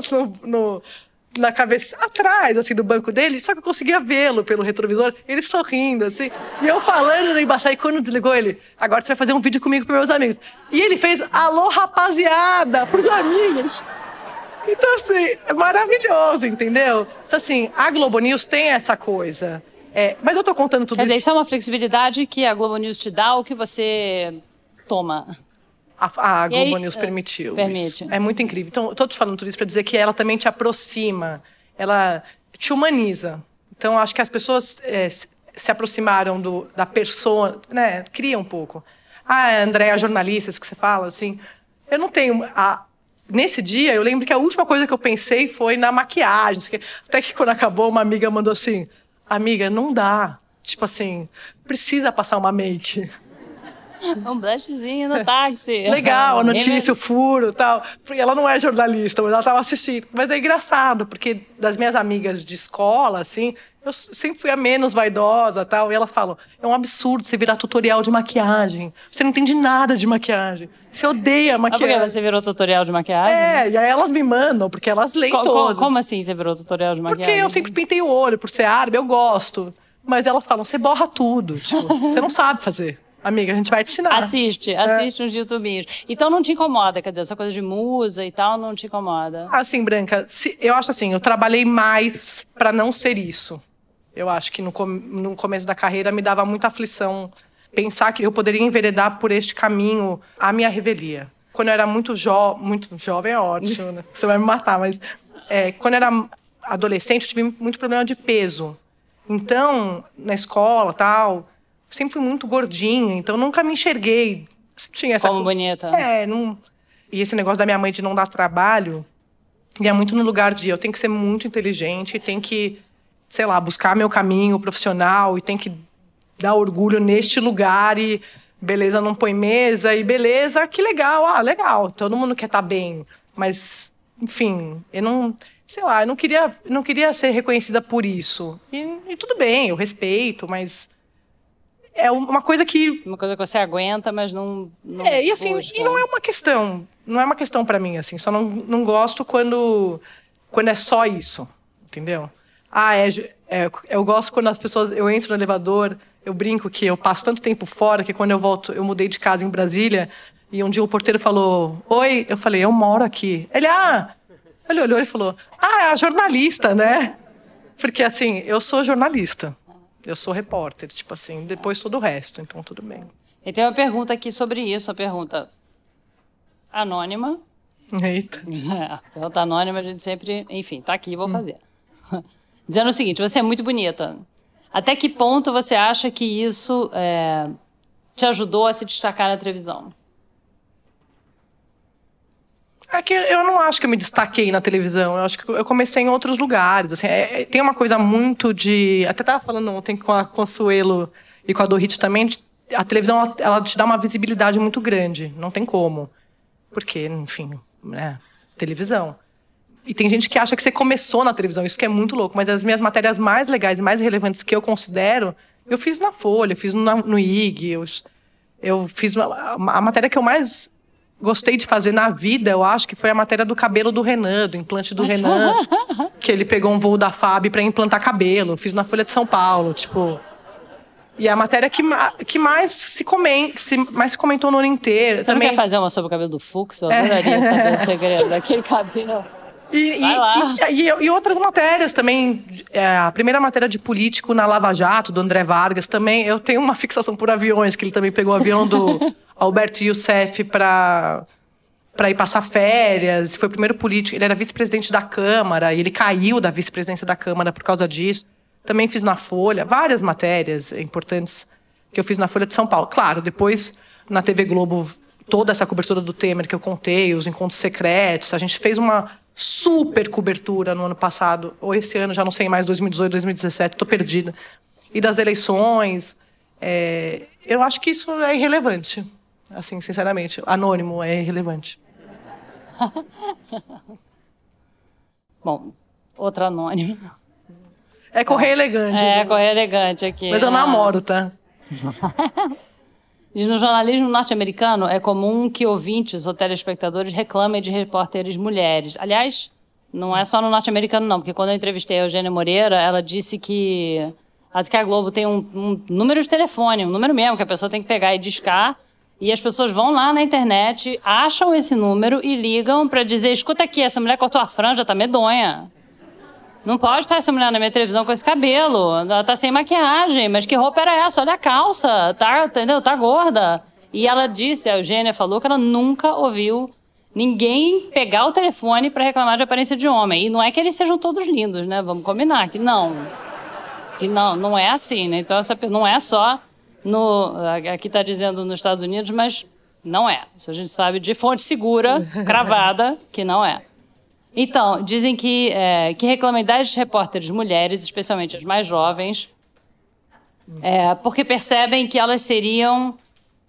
na cabeça, atrás, assim, do banco dele, só que eu conseguia vê-lo pelo retrovisor, ele sorrindo, assim, e eu falando no Embaçaí, quando desligou ele, agora você vai fazer um vídeo comigo pros meus amigos. E ele fez, alô, rapaziada, pros amigos. Então, assim, é maravilhoso, entendeu? Então, assim, a Globo News tem essa coisa. Mas eu tô contando tudo isso. Quer dizer, isso é uma flexibilidade que a Globo News te dá ou que você toma? A Globo News permitiu. Permite. Isso. É muito incrível. Então, eu tô te falando tudo isso para dizer que ela também te aproxima, ela te humaniza. Então, acho que as pessoas se aproximaram da persona, né? Cria um pouco. Ah, Andréa, jornalista, isso que você fala, assim. Eu não tenho... Nesse dia, eu lembro que a última coisa que eu pensei foi na maquiagem. Até que quando acabou, uma amiga mandou assim... Amiga, não dá. Tipo assim, precisa passar uma make. Um blushzinho no táxi. Legal, a notícia, o furo e tal. Porque ela não é jornalista, mas ela estava assistindo. Mas é engraçado, porque das minhas amigas de escola, assim, eu sempre fui a menos vaidosa e tal. E elas falam, é um absurdo você virar tutorial de maquiagem. Você não entende nada de maquiagem. Você odeia maquiagem. Ah, porque você virou tutorial de maquiagem? É, e aí elas me mandam, porque elas leem todo. Como assim você virou tutorial de maquiagem? Porque eu sempre pintei o olho, por ser árabe, eu gosto. Mas elas falam, você borra tudo. Tipo, você não sabe fazer. Amiga, a gente vai te ensinar. Assiste uns YouTubinhos. Então não te incomoda, cadê? Essa coisa de musa e tal não te incomoda? Assim, Branca, eu acho assim, eu trabalhei mais pra não ser isso. Eu acho que no começo da carreira me dava muita aflição pensar que eu poderia enveredar por este caminho a minha revelia. Quando eu era muito jovem é ótimo, né? Você vai me matar, mas quando eu era adolescente eu tive muito problema de peso. Então, na escola, tal, sempre fui muito gordinha, então nunca me enxerguei. Tinha essa como bonita. E esse negócio da minha mãe de não dar trabalho ia muito no lugar de eu tenho que ser muito inteligente, tenho que, sei lá, buscar meu caminho profissional e tenho que dar orgulho neste lugar e beleza não põe mesa e beleza, que legal, legal, todo mundo quer estar bem, mas, enfim, eu não, sei lá, eu não queria ser reconhecida por isso. E tudo bem, eu respeito, mas é uma coisa que... Uma coisa que você aguenta, mas não e assim, busca. E não é uma questão pra mim, assim, só não gosto quando é só isso, entendeu? Eu gosto quando as pessoas... Eu entro no elevador, eu brinco que eu passo tanto tempo fora que quando eu volto... Eu mudei de casa em Brasília e um dia o porteiro falou... Oi, eu falei, eu moro aqui. Ele olhou e falou... é a jornalista, né? Porque, assim, eu sou jornalista. Eu sou repórter, tipo assim, depois todo o resto, então tudo bem. E tem uma pergunta aqui sobre isso, uma pergunta anônima. Eita. Pergunta anônima, a gente sempre... Enfim, tá aqui, vou fazer. Dizendo o seguinte, você é muito bonita. Até que ponto você acha que isso te ajudou a se destacar na televisão? É que eu não acho que eu me destaquei na televisão. Eu acho que eu comecei em outros lugares. Assim, tem uma coisa muito de... Até estava falando ontem com a Consuelo e com a Dorit também. A televisão, ela te dá uma visibilidade muito grande. Não tem como. Porque, enfim, né? Televisão. E tem gente que acha que você começou na televisão. Isso que é muito louco. Mas as minhas matérias mais legais e mais relevantes que eu considero, eu fiz na Folha, eu fiz no IG. Eu fiz a matéria que eu mais... gostei de fazer na vida, eu acho que foi a matéria do cabelo do Renan, do implante do Renan, que ele pegou um voo da FAB para implantar cabelo. Eu fiz na Folha de São Paulo, tipo... E é a matéria que mais se comentou no ano inteiro. Você também... não quer fazer uma sobre o cabelo do Fux? Eu adoraria saber o segredo daquele cabelo. E outras matérias também. A primeira matéria de político na Lava Jato, do André Vargas, também. Eu tenho uma fixação por aviões, que ele também pegou o avião do Alberto Youssef para ir passar férias. Foi o primeiro político. Ele era vice-presidente da Câmara, e ele caiu da vice-presidência da Câmara por causa disso. Também fiz na Folha, várias matérias importantes que eu fiz na Folha de São Paulo. Claro, depois, na TV Globo, toda essa cobertura do Temer que eu contei, os encontros secretos, a gente fez uma super cobertura no ano passado, ou esse ano, já não sei mais, 2018, 2017, estou perdida. E das eleições, eu acho que isso é irrelevante, assim, sinceramente. Anônimo é irrelevante. Bom, outra anônima. É Correio Elegante. Correio Elegante aqui. Mas eu namoro, tá? No jornalismo norte-americano, é comum que ouvintes ou telespectadores reclamem de repórteres mulheres. Aliás, não é só no norte-americano, não, porque quando eu entrevistei a Eugênia Moreira, ela disse que a Globo tem um número de telefone, um número mesmo, que a pessoa tem que pegar e discar, e as pessoas vão lá na internet, acham esse número e ligam para dizer, escuta aqui, essa mulher cortou a franja, tá medonha. Não pode estar essa mulher na minha televisão com esse cabelo. Ela tá sem maquiagem. Mas que roupa era essa? Olha a calça. Entendeu? Tá gorda. E ela disse, a Eugênia falou que ela nunca ouviu ninguém pegar o telefone para reclamar de aparência de homem. E não é que eles sejam todos lindos, né? Vamos combinar que não. Que não é assim, né? Então, não é só Aqui está dizendo nos Estados Unidos, mas não é. Isso a gente sabe de fonte segura, cravada, que não é. Então, dizem que reclamam das repórteres mulheres, especialmente as mais jovens, porque percebem que elas seriam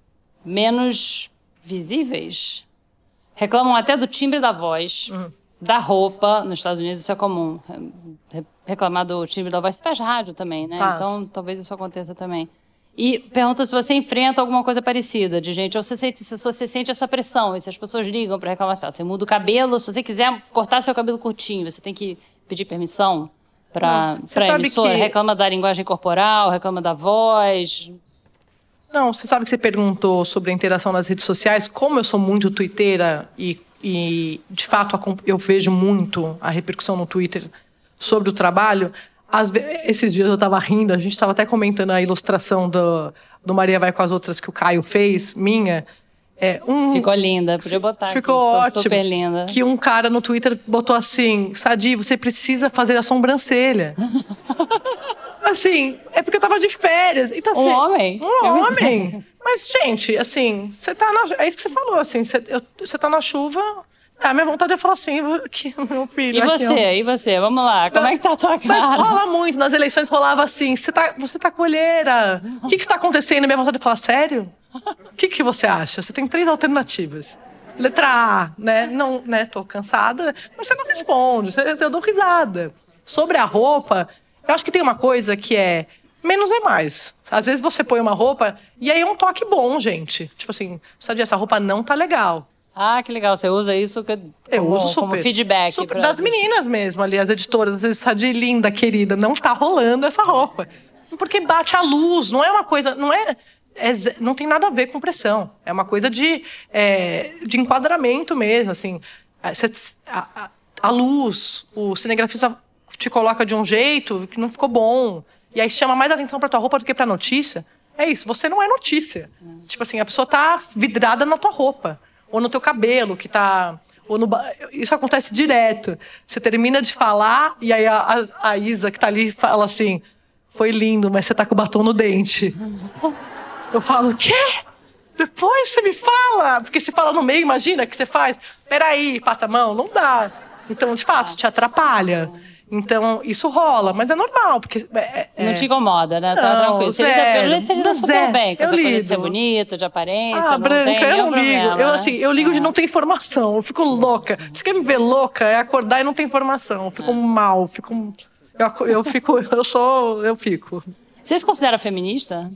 menos visíveis. Reclamam até do timbre da voz, da roupa. Nos Estados Unidos isso é comum. Reclamar do timbre da voz. Você faz rádio também, né? Faço. Então, talvez isso aconteça também. E pergunta se você enfrenta alguma coisa parecida de gente, ou se você sente essa pressão, e se as pessoas ligam para reclamar, você muda o cabelo, se você quiser cortar seu cabelo curtinho, você tem que pedir permissão para a emissora, reclama da linguagem corporal, reclama da voz. Não, você sabe que você perguntou sobre a interação nas redes sociais, como eu sou muito twitteira e de fato eu vejo muito a repercussão no Twitter sobre o trabalho. Esses dias eu estava rindo, a gente estava até comentando a ilustração do Maria Vai com as Outras que o Caio fez, minha. Ficou linda, podia botar ficou aqui, ótimo, super linda. Que um cara no Twitter botou assim, Sadi, você precisa fazer a sobrancelha. Assim, é porque eu tava de férias. Então, assim, Um homem? Mas, gente, assim, você tá é isso que você falou, assim, você tá na chuva. A minha vontade é falar assim, que meu filho. E você? Vamos lá, como é que tá a tua cara? Mas rola muito, nas eleições rolava assim, você tá com olheira. O que está acontecendo? Minha vontade é falar, sério? O que você acha? Você tem 3 alternativas. Letra A, né? Não, né? Tô cansada, mas você não responde, eu dou risada. Sobre a roupa, eu acho que tem uma coisa que é menos é mais. Às vezes você põe uma roupa e aí é um toque bom, gente. Tipo assim, Sadi, essa roupa não tá legal. Ah, que legal. Você usa isso como feedback. Super, das meninas mesmo ali, as editoras. Às vezes, Sadi, linda, querida, não tá rolando essa roupa. Porque bate a luz, não é uma coisa... Não tem nada a ver com pressão. É uma coisa de enquadramento mesmo, assim. A luz, o cinegrafista te coloca de um jeito que não ficou bom. E aí chama mais atenção pra tua roupa do que pra notícia. É isso, você não é notícia. Tipo assim, a pessoa tá vidrada na tua roupa. Ou no teu cabelo, que tá... Isso acontece direto. Você termina de falar e aí a Isa, que tá ali, fala assim, foi lindo, mas você tá com o batom no dente. Eu falo, o quê? Depois você me fala. Porque se fala no meio, imagina o que você faz. Peraí, passa a mão. Não dá. Então, de fato, te atrapalha. Então, isso rola, mas é normal, porque... Não te incomoda, né? Tá tranquilo. Pelo jeito, você lida super bem com essa coisa de ser bonita, de aparência. Ah, Branca, eu não ligo. Problema, eu ligo de não ter informação. Eu fico louca. Você quer me ver louca? É acordar e não ter informação. Eu fico mal. Eu fico. Você se considera feminista?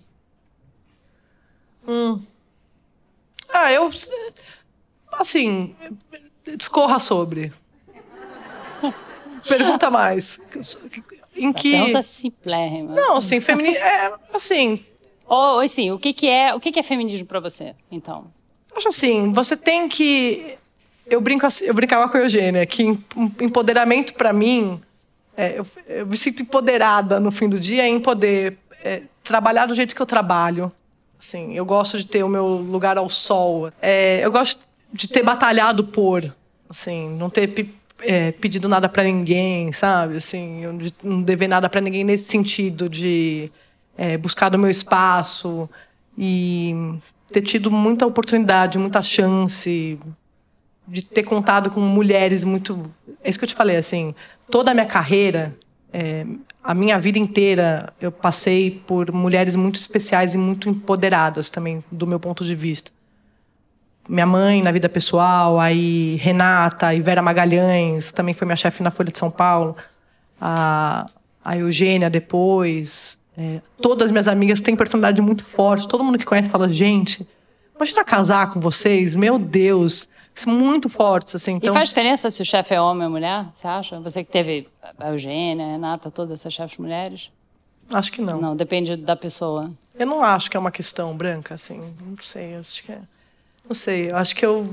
Assim, discorra sobre. Pergunta mais. Pergunta simplérrima. Não, assim, assim... Ou assim, o que é feminismo pra você, então? Acho assim, você tem que... Eu brincava com a Eugênia, que empoderamento pra mim... eu me sinto empoderada no fim do dia em poder trabalhar do jeito que eu trabalho. Assim, eu gosto de ter o meu lugar ao sol. Eu gosto de ter batalhado por... Assim, não ter... pedido nada pra ninguém, sabe? Assim, eu não dever nada pra ninguém nesse sentido de buscar do meu espaço e ter tido muita oportunidade, muita chance de ter contado com mulheres muito... É isso que eu te falei, assim, toda a minha carreira, a minha vida inteira, eu passei por mulheres muito especiais e muito empoderadas também, do meu ponto de vista. Minha mãe na vida pessoal, aí Renata e Vera Magalhães, também foi minha chefe na Folha de São Paulo, a Eugênia depois, todas as minhas amigas têm personalidade muito forte, todo mundo que conhece fala, gente, imagina casar com vocês, meu Deus, são muito fortes. Assim, então... E faz diferença se o chefe é homem ou mulher, você acha? Você que teve a Eugênia, a Renata, todas essas chefes mulheres? Acho que não. Não, depende da pessoa. Eu não acho que é uma questão branca, assim, não sei, acho que não sei, eu acho que eu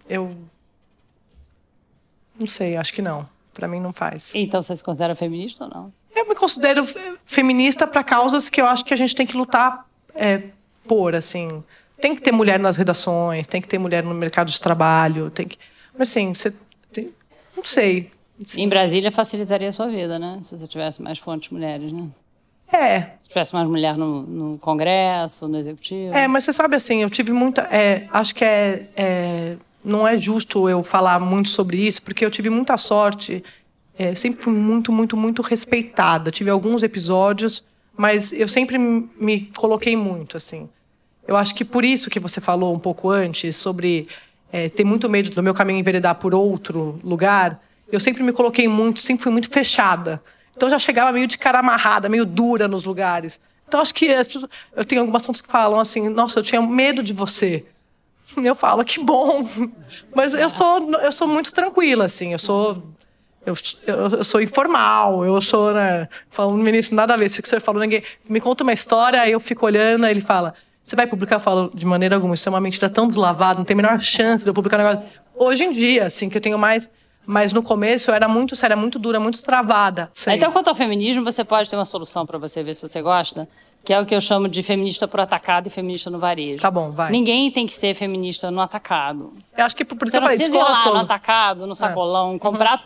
não sei, acho que não. Pra mim não faz. Então você se considera feminista ou não? Eu me considero feminista para causas que eu acho que a gente tem que lutar por, assim. Tem que ter mulher nas redações, tem que ter mulher no mercado de trabalho, tem que... Mas assim, não sei. Em Brasília facilitaria a sua vida, né? Se você tivesse mais fontes mulheres, né? Se tivesse mais mulher no Congresso, no Executivo. Mas você sabe, assim, eu tive muita... acho que não é justo eu falar muito sobre isso, porque eu tive muita sorte. Sempre fui muito, muito, muito respeitada. Tive alguns episódios, mas eu sempre me coloquei muito, assim. Eu acho que por isso que você falou um pouco antes, sobre ter muito medo do meu caminho enveredar por outro lugar, eu sempre me coloquei muito, sempre fui muito fechada. Então, eu já chegava meio de cara amarrada, meio dura nos lugares. Então, acho que eu tenho algumas pessoas que falam assim, nossa, eu tinha medo de você. Eu falo, que bom. Mas eu sou muito tranquila, assim. Eu sou informal, eu sou, né? Falo, ministro, nada a ver. Se o que você falou, ninguém me conta uma história, aí eu fico olhando, aí ele fala, você vai publicar? Eu falo, de maneira alguma, isso é uma mentira tão deslavada, não tem a menor chance de eu publicar um negócio. Hoje em dia, assim, que eu tenho mais... Mas no começo eu era muito séria, muito dura, muito travada. Então, quanto ao feminismo, você pode ter uma solução para você ver se você gosta, que é o que eu chamo de feminista pro atacado e feminista no varejo. Tá bom, vai. Ninguém tem que ser feminista no atacado. Eu acho que por isso você que eu falei, precisa ir lá no atacado, no sacolão, comprar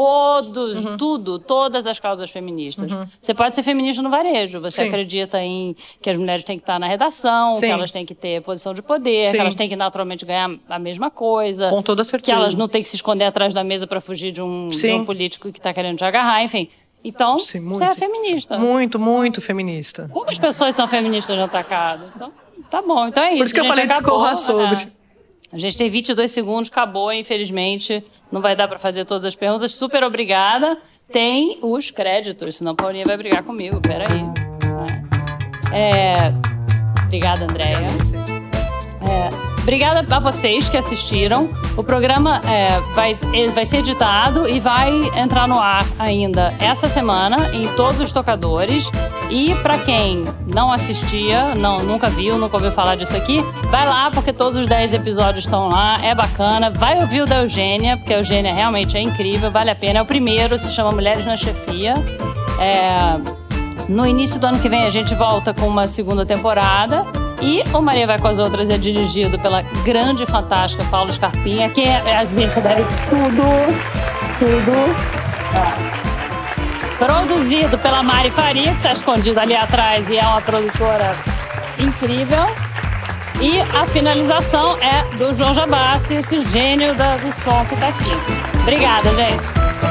todas as causas feministas. Você pode ser feminista no varejo. Você acredita em que as mulheres têm que estar na redação, que elas têm que ter posição de poder, que elas têm que naturalmente ganhar a mesma coisa. Com toda certeza. Que elas não têm que se esconder atrás da mesa para fugir de um político que está querendo te agarrar, enfim. Então, você é feminista. Muito, muito feminista. Poucas pessoas são feministas no atacado. Então, tá bom. Então é isso. Por isso que eu falei discorra sobre. A gente tem 22 segundos, acabou, infelizmente. Não vai dar para fazer todas as perguntas. Super obrigada. Tem os créditos, senão a Paulinha vai brigar comigo. Peraí. Obrigada, Andréia. Obrigada a vocês que assistiram. O programa vai ser editado e vai entrar no ar ainda essa semana em todos os tocadores. E para quem não assistia, nunca ouviu falar disso aqui, vai lá, porque todos os 10 episódios estão lá, é bacana. Vai ouvir o da Eugênia, porque a Eugênia realmente é incrível, vale a pena. É o primeiro, se chama Mulheres na Chefia. No início do ano que vem a gente volta com uma segunda temporada. E o Maria Vai com as Outras é dirigido pela grande e fantástica Paula Scarpinha, que a gente deve tudo. Produzido pela Mari Faria, que está escondida ali atrás e é uma produtora incrível. E a finalização é do João Jabassi, esse gênio do som que está aqui. Obrigada, gente.